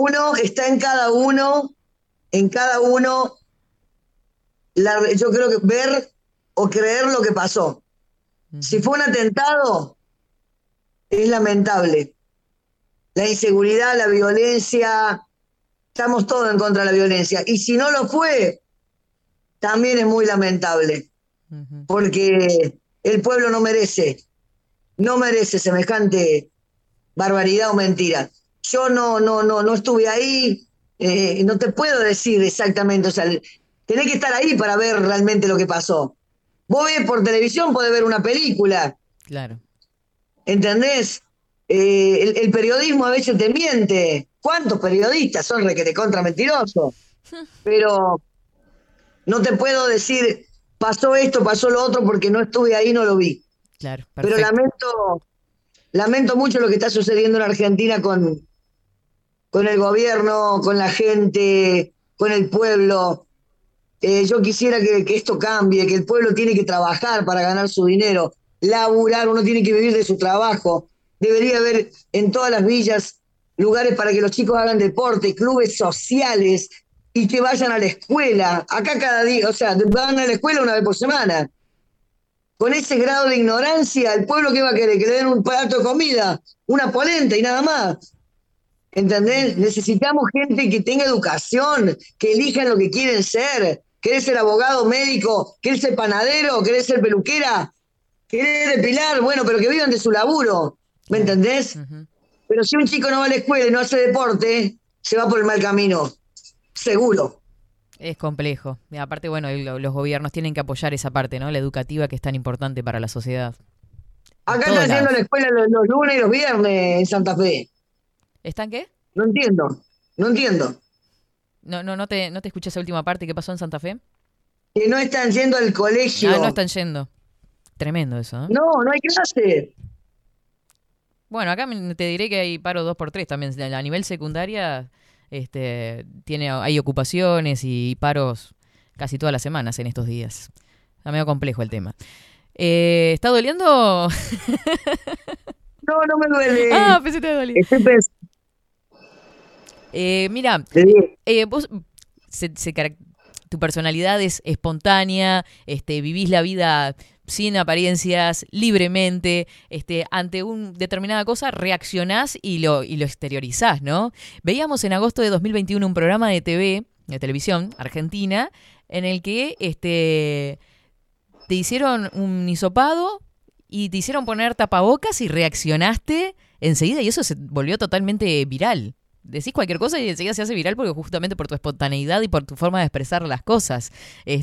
uno, yo creo que ver o creer lo que pasó. Si fue un atentado, es lamentable. La inseguridad, la violencia, estamos todos en contra de la violencia. Y si no lo fue, también es muy lamentable. Porque el pueblo no merece semejante barbaridad o mentira. Yo no estuve ahí, no te puedo decir exactamente, o sea, tenés que estar ahí para ver realmente lo que pasó. Vos ves por televisión, podés ver una película. Claro. ¿Entendés? El periodismo a veces te miente. ¿Cuántos periodistas son requete contra mentirosos? Pero no te puedo decir, pasó esto, pasó lo otro, porque no estuve ahí, no lo vi. Claro, perfecto. Pero lamento mucho lo que está sucediendo en Argentina con el gobierno, con la gente, con el pueblo. Yo quisiera que esto cambie, que el pueblo tiene que trabajar para ganar su dinero, laburar, uno tiene que vivir de su trabajo. Debería haber en todas las villas lugares para que los chicos hagan deporte, clubes sociales y que vayan a la escuela. Acá cada día, o sea, van a la escuela una vez por semana. Con ese grado de ignorancia, ¿el pueblo qué va a querer? Que le den un plato de comida, una polenta y nada más. ¿Entendés? Necesitamos gente que tenga educación, que elijan lo que quieren ser. ¿Querés ser abogado, médico? ¿Querés ser panadero? ¿Querés ser peluquera? ¿Querés depilar? Bueno, pero que vivan de su laburo. ¿Me entendés? Pero si un chico no va a la escuela y no hace deporte, se va por el mal camino. Seguro. Es complejo. Y aparte, bueno, los gobiernos tienen que apoyar esa parte, ¿no? La educativa, que es tan importante para la sociedad. Acá todos están haciendo lados. la escuela los lunes y los viernes en Santa Fe. ¿Están qué? No entiendo. No entiendo. No te escuché esa última parte. ¿Qué pasó en Santa Fe? Que no están yendo al colegio. Ah, no están yendo. Tremendo eso, ¿eh? No, no hay clase. Bueno, acá te diré que hay paro 2x3 también. A nivel secundaria hay ocupaciones y paros casi todas las semanas en estos días. Está medio complejo el tema. ¿Está doliendo? No, no me duele. Ah, pensé que te dolía. Estoy Mira, vos tu personalidad es espontánea, vivís la vida sin apariencias, libremente, ante una determinada cosa reaccionás y lo exteriorizás, ¿no? Veíamos en agosto de 2021 un programa de televisión argentina, en el que te hicieron un hisopado y te hicieron poner tapabocas y reaccionaste enseguida, y eso se volvió totalmente viral. Decís cualquier cosa y enseguida se hace viral porque justamente por tu espontaneidad y por tu forma de expresar las cosas.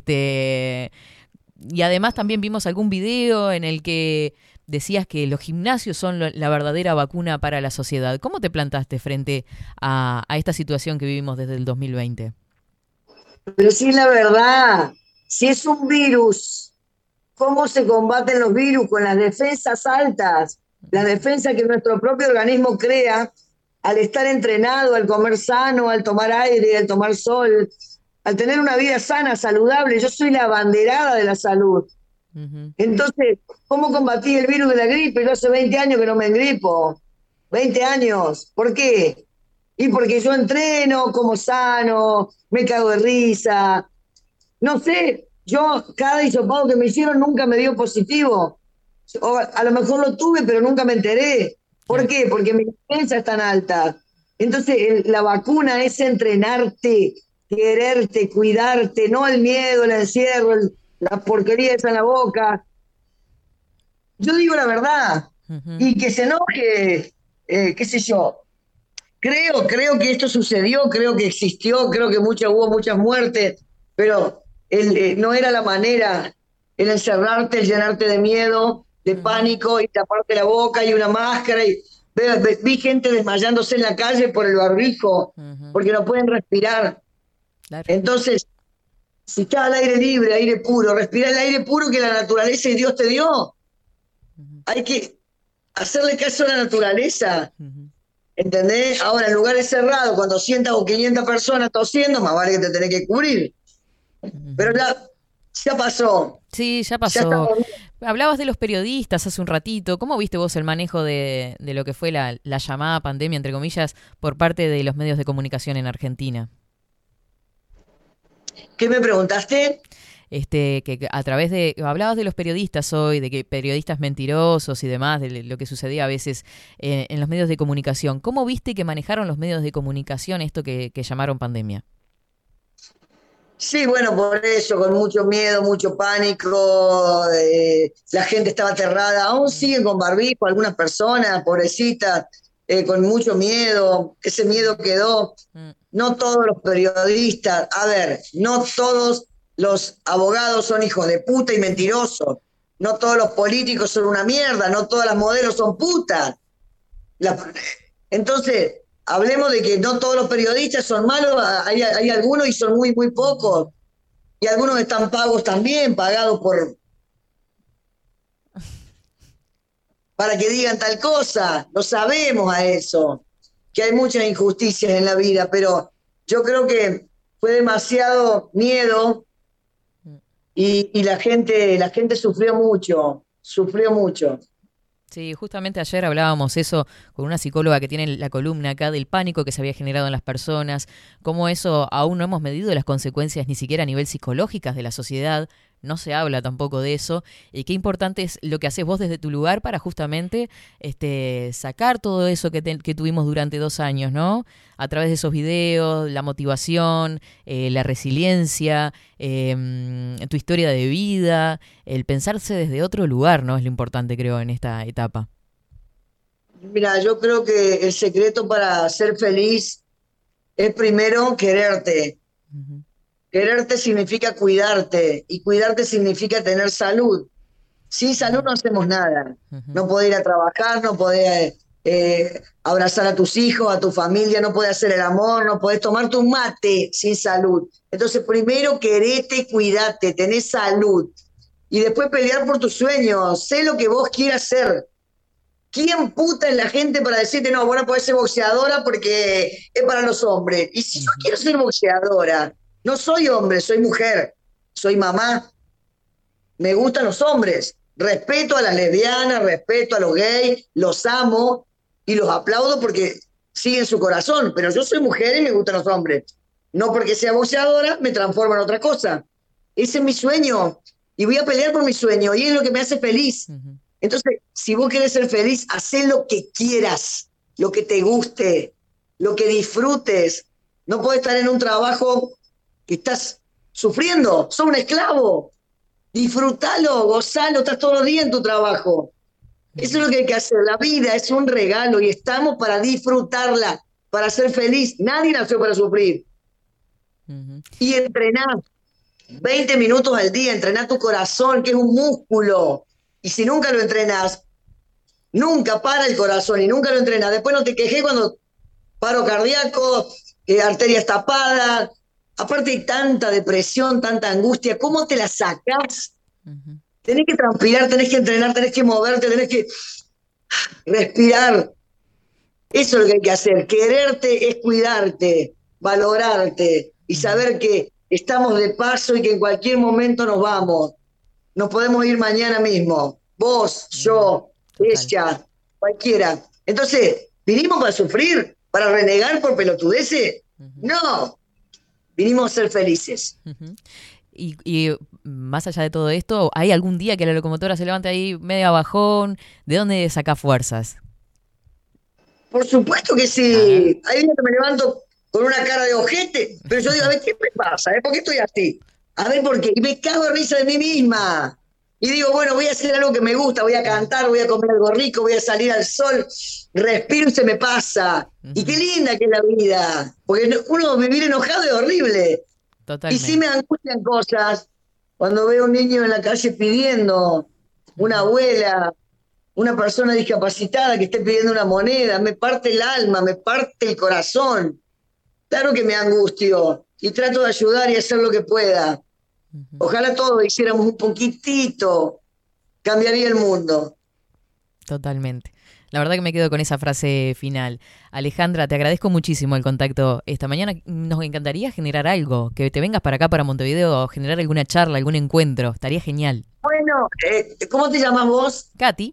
Y además también vimos algún video en el que decías que los gimnasios son la verdadera vacuna para la sociedad. ¿Cómo te plantaste frente a esta situación que vivimos desde el 2020? Pero sí, la verdad, si es un virus, ¿cómo se combaten los virus? Con las defensas altas, la defensa que nuestro propio organismo crea al estar entrenado, al comer sano, al tomar aire, al tomar sol, al tener una vida sana, saludable. Yo soy la abanderada de la salud. Entonces, ¿cómo combatí el virus de la gripe? Yo hace 20 años que no me engripo. 20 años. ¿Por qué? Y porque yo entreno, como sano, me cago de risa. No sé, yo cada hisopado que me hicieron nunca me dio positivo. O a lo mejor lo tuve, pero nunca me enteré. ¿Por qué? Porque mi defensa es tan alta. Entonces, la vacuna es entrenarte, quererte, cuidarte, no el miedo, el encierro, la porquería esa en la boca. Yo digo la verdad. Y que se enoje, qué sé yo. Creo que esto sucedió, creo que existió, creo que hubo muchas muertes, pero no era la manera, el encerrarte, el llenarte de miedo, de pánico y taparte la boca y una máscara. Vi gente desmayándose en la calle por el barbijo, porque no pueden respirar. Claro. Entonces, si estás al aire libre, aire puro, respira el aire puro que la naturaleza y Dios te dio. Hay que hacerle caso a la naturaleza. ¿Entendés? Ahora, en lugares cerrados, cuando 100 o 500 personas tosiendo, más vale que te tenés que cubrir. Pero ya pasó. Sí, ya Ya pasó. estamos bien. Hablabas de los periodistas hace un ratito. ¿Cómo viste vos el manejo de lo que fue la llamada pandemia, entre comillas, por parte de los medios de comunicación en Argentina? ¿Qué me preguntaste? Que a través de... Hablabas de los periodistas hoy, de que periodistas mentirosos y demás, de lo que sucedía a veces en los medios de comunicación. ¿Cómo viste que manejaron los medios de comunicación esto que llamaron pandemia? Sí, bueno, por eso, con mucho miedo, mucho pánico, la gente estaba aterrada, aún siguen con barbijo, algunas personas, pobrecitas, con mucho miedo, ese miedo quedó. No todos los periodistas, no todos los abogados son hijos de puta y mentirosos, no todos los políticos son una mierda, no todas las modelos son putas. Entonces, hablemos de que no todos los periodistas son malos, hay algunos y son muy, muy pocos. Y algunos están pagos también, pagados para que digan tal cosa. Lo sabemos a eso, que hay muchas injusticias en la vida, pero yo creo que fue demasiado miedo y la gente sufrió mucho. Sí, justamente ayer hablábamos eso con una psicóloga que tiene la columna acá del pánico que se había generado en las personas, cómo eso aún no hemos medido las consecuencias ni siquiera a nivel psicológicas de la sociedad, no se habla tampoco de eso, y qué importante es lo que haces vos desde tu lugar para justamente sacar todo eso que tuvimos durante 2 años, ¿no? A través de esos videos, la motivación, la resiliencia, tu historia de vida, el pensarse desde otro lugar, ¿no? Es lo importante, creo, en esta etapa. Mira, yo creo que el secreto para ser feliz es primero quererte. Quererte significa cuidarte y cuidarte significa tener salud. Sin salud no hacemos nada. No podés ir a trabajar, no podés abrazar a tus hijos, a tu familia, no podés hacer el amor, no podés tomar tu mate sin salud. Entonces primero querete, cuidate, tenés salud. Y después pelear por tus sueños. Sé lo que vos quieras ser. ¿Quién puta es la gente para decirte, no, vos no podés ser boxeadora porque es para los hombres? Y si yo quiero ser boxeadora, no soy hombre, soy mujer, soy mamá. Me gustan los hombres. Respeto a las lesbianas, respeto a los gays, los amo y los aplaudo porque siguen su corazón. Pero yo soy mujer y me gustan los hombres. No porque sea boxeadora me transformo en otra cosa. Ese es mi sueño. Y voy a pelear por mi sueño. Y es lo que me hace feliz. Entonces, si vos querés ser feliz, hacé lo que quieras, lo que te guste, lo que disfrutes. No podés estar en un trabajo que estás sufriendo, sos un esclavo. Disfrútalo, gozalo, estás todos los días en tu trabajo. Eso es lo que hay que hacer. La vida es un regalo y estamos para disfrutarla, para ser feliz. Nadie nació para sufrir. Y entrenar 20 minutos al día, entrenar tu corazón, que es un músculo. Y si nunca lo entrenas, nunca para el corazón y nunca lo entrenas. Después no te quejes cuando paro cardíaco, arterias tapadas. Aparte hay tanta depresión, tanta angustia. ¿Cómo te la sacás? Tenés que transpirar, tenés que entrenar, tenés que moverte, tenés que respirar. Eso es lo que hay que hacer. Quererte es cuidarte, valorarte y saber que estamos de paso y que en cualquier momento nos vamos. Nos podemos ir mañana mismo. Vos, yo, ella, cualquiera. Entonces, ¿vinimos para sufrir? ¿Para renegar por pelotudeces? No. Vinimos a ser felices. Y más allá de todo esto, ¿hay algún día que la locomotora se levante ahí medio bajón? ¿De dónde saca fuerzas? Por supuesto que sí. Hay días que me levanto con una cara de ojete, pero yo digo, a ver, ¿qué me pasa? ¿Por qué estoy así? A ver, ¿por qué? Y me cago de risa de mí misma. Y digo, bueno, voy a hacer algo que me gusta, voy a cantar, voy a comer algo rico, voy a salir al sol, respiro y se me pasa. Y qué linda que es la vida. Porque uno vivir enojado es horrible. Totalmente. Y sí me angustian cosas cuando veo un niño en la calle pidiendo, una abuela, una persona discapacitada que esté pidiendo una moneda, me parte el alma, me parte el corazón. Claro que me angustio y trato de ayudar y hacer lo que pueda. Ojalá todos hiciéramos un poquitito, cambiaría el mundo. Totalmente. La verdad que me quedo con esa frase final. Alejandra, te agradezco muchísimo el contacto esta mañana. Nos encantaría generar algo, que te vengas para acá, para Montevideo, generar alguna charla, algún encuentro. Estaría genial. Bueno, ¿cómo te llamas vos? Katy.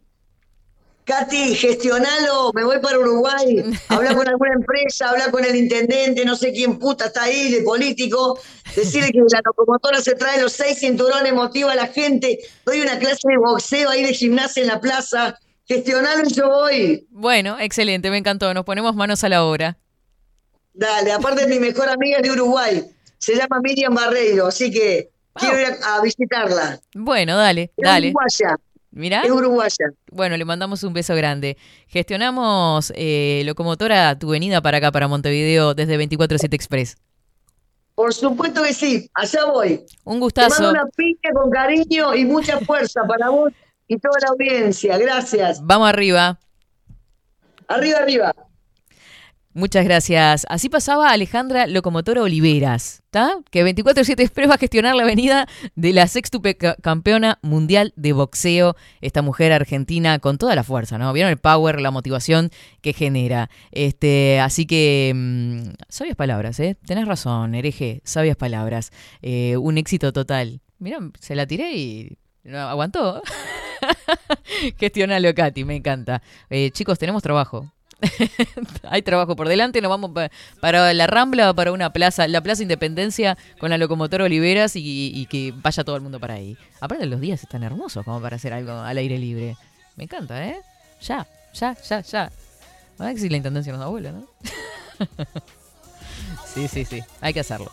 Katy, gestionalo, me voy para Uruguay, habla con alguna empresa, habla con el intendente, no sé quién puta está ahí, de político, decirle que la locomotora se trae los 6 cinturones, motiva a la gente, doy una clase de boxeo ahí de gimnasia en la plaza, gestionalo y yo voy. Bueno, excelente, me encantó, nos ponemos manos a la obra. Dale, aparte mi mejor amiga es de Uruguay, se llama Miriam Barreiro, así que quiero ir a visitarla. Bueno, dale, Es dale. uruguaya. Mirá. Es uruguaya. Bueno, le mandamos un beso grande. Gestionamos, locomotora, tu venida para acá, para Montevideo, desde 24/7 Express. Por supuesto que sí, allá voy. Un gustazo. Te mando una piña con cariño y mucha fuerza para vos y toda la audiencia. Gracias. Vamos arriba. Arriba, arriba. Muchas gracias. Así pasaba Alejandra Locomotora Oliveras, ¿está? Que 24/7 Express va a gestionar la venida de la sextuple campeona mundial de boxeo, esta mujer argentina con toda la fuerza, ¿no? ¿Vieron el power, la motivación que genera? Así que, sabias palabras, ¿eh? Tenés razón, hereje, sabias palabras. Un éxito total. Mirá, se la tiré y no aguantó. Gestionalo, Katy, me encanta. Chicos, tenemos trabajo. Hay trabajo por delante, nos vamos para la Rambla, para una plaza, la Plaza Independencia con la locomotora Oliveras y que vaya todo el mundo para ahí. Aparte los días están hermosos como para hacer algo al aire libre. Me encanta, ¿eh? Ya. A ver si la intendencia nos da vuelo, ¿no? Sí, hay que hacerlo.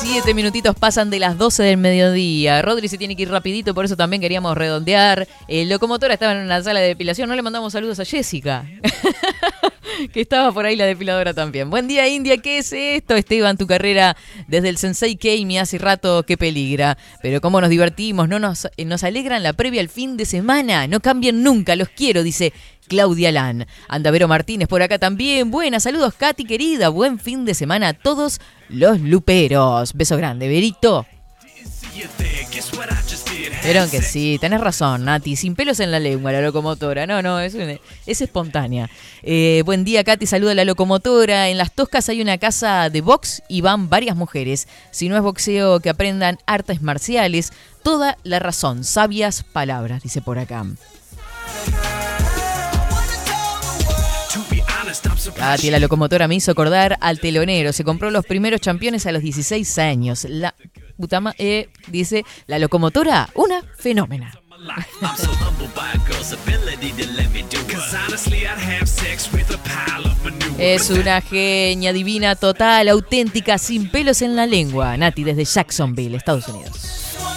7 minutitos pasan de las 12 del mediodía. Rodri se tiene que ir rapidito, por eso también queríamos redondear. El Locomotora estaba en una sala de depilación. No le mandamos saludos a Jessica, que estaba por ahí la depiladora también. Buen día, India. ¿Qué es esto? Esteban, tu carrera desde el Sensei Keimi hace rato que peligra. Pero cómo nos divertimos, no nos alegran la previa al fin de semana. No cambien nunca, los quiero, dice Claudia Lan. Andavero Martínez por acá también. Buenas, saludos, Katy querida. Buen fin de semana a todos los luperos. Beso grande, Berito. Vieron que sí, tenés razón, Nati. Sin pelos en la lengua, la Locomotora. No, es espontánea. Buen día, Katy. Saluda a la Locomotora. En Las Toscas hay una casa de box y van varias mujeres. Si no es boxeo, que aprendan artes marciales. Toda la razón. Sabias palabras, dice por acá. Katy, la Locomotora me hizo acordar al telonero. Se compró los primeros championes a los 16 años. Dice, la Locomotora, una fenómena. Es una genia divina, total, auténtica, sin pelos en la lengua. Nati, desde Jacksonville, Estados Unidos.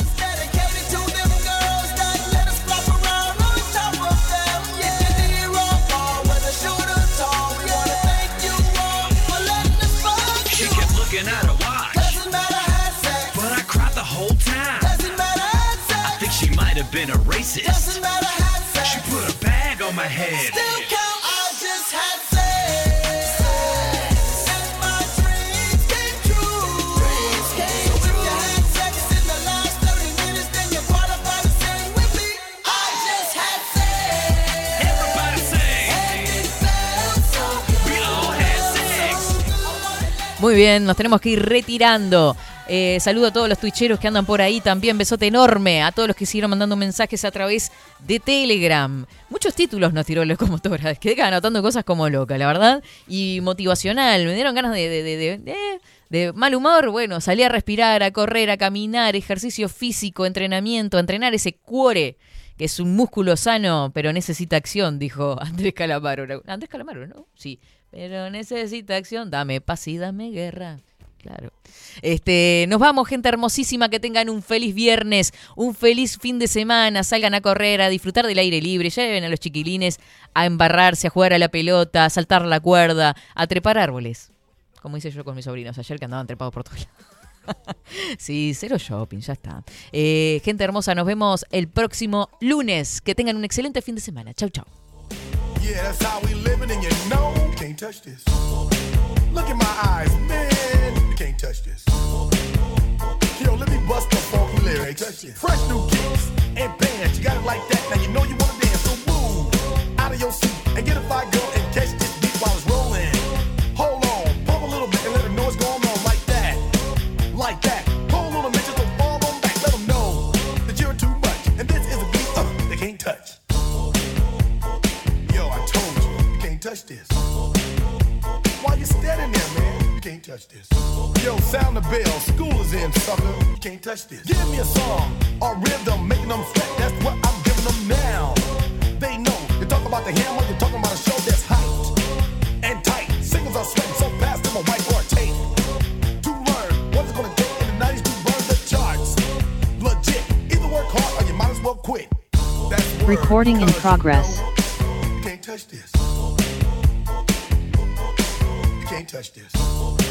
Been a racist. She put a bag on my head. Still count, I just had sex. And my dreams came true. So if you had sex in the last 30 minutes, then you're qualified to sing with me. I just had sex. Everybody sing. And it felt so good. We all had sex. Muy bien, nos tenemos que ir retirando. Saludo a todos los twitcheros que andan por ahí también. Besote enorme a todos los que siguieron mandando mensajes a través de Telegram. Muchos títulos nos tiró la Locomotora. Quedé anotando cosas como loca, la verdad. Y motivacional. Me dieron ganas de mal humor. Bueno, salí a respirar, a correr, a caminar, ejercicio físico, entrenamiento, a entrenar ese cuore, que es un músculo sano, pero necesita acción, dijo Andrés Calamaro. Andrés Calamaro, ¿no? Sí. Pero necesita acción. Dame paz y dame guerra. Claro. Nos vamos, gente hermosísima, que tengan un feliz viernes, un feliz fin de semana, salgan a correr, a disfrutar del aire libre, lleven a los chiquilines a embarrarse, a jugar a la pelota, a saltar la cuerda, a trepar árboles, como hice yo con mis sobrinos ayer que andaban trepados por todos lados. Sí, cero shopping, ya está. Gente hermosa, nos vemos el próximo lunes. Que tengan un excelente fin de semana. Chau, chau. Yeah, that's how we living, and you know you can't touch this. Look in my eyes, man, you can't touch this. Yo, let me bust the funky lyrics. Fresh new kicks and bands, you got it like that. Now you know you wanna dance, so move out of your seat and get a fire girl and catch this beat while it's rolling. Hold on, pump a little bit and let them know what's going on like that, like that. Hold on a minute, just don't fall on back. Let them know that you're too much, and this is a beat they can't touch. Yo, I told you, you can't touch this. Why you standing there, man? You can't touch this. Yo, sound the bell. School is in, sucker. You can't touch this. Give me a song or rhythm, making them sweat. That's what I'm giving them now. They know. You talk about the hammer, you're talking about a show that's hyped and tight. Singles are sweating so fast, them a whiteboard tape. To learn what's it gonna take in the 90s to burn the charts. Legit. Either work hard or you might as well quit. That's word. Recording in progress. You can't touch this. You can't touch this.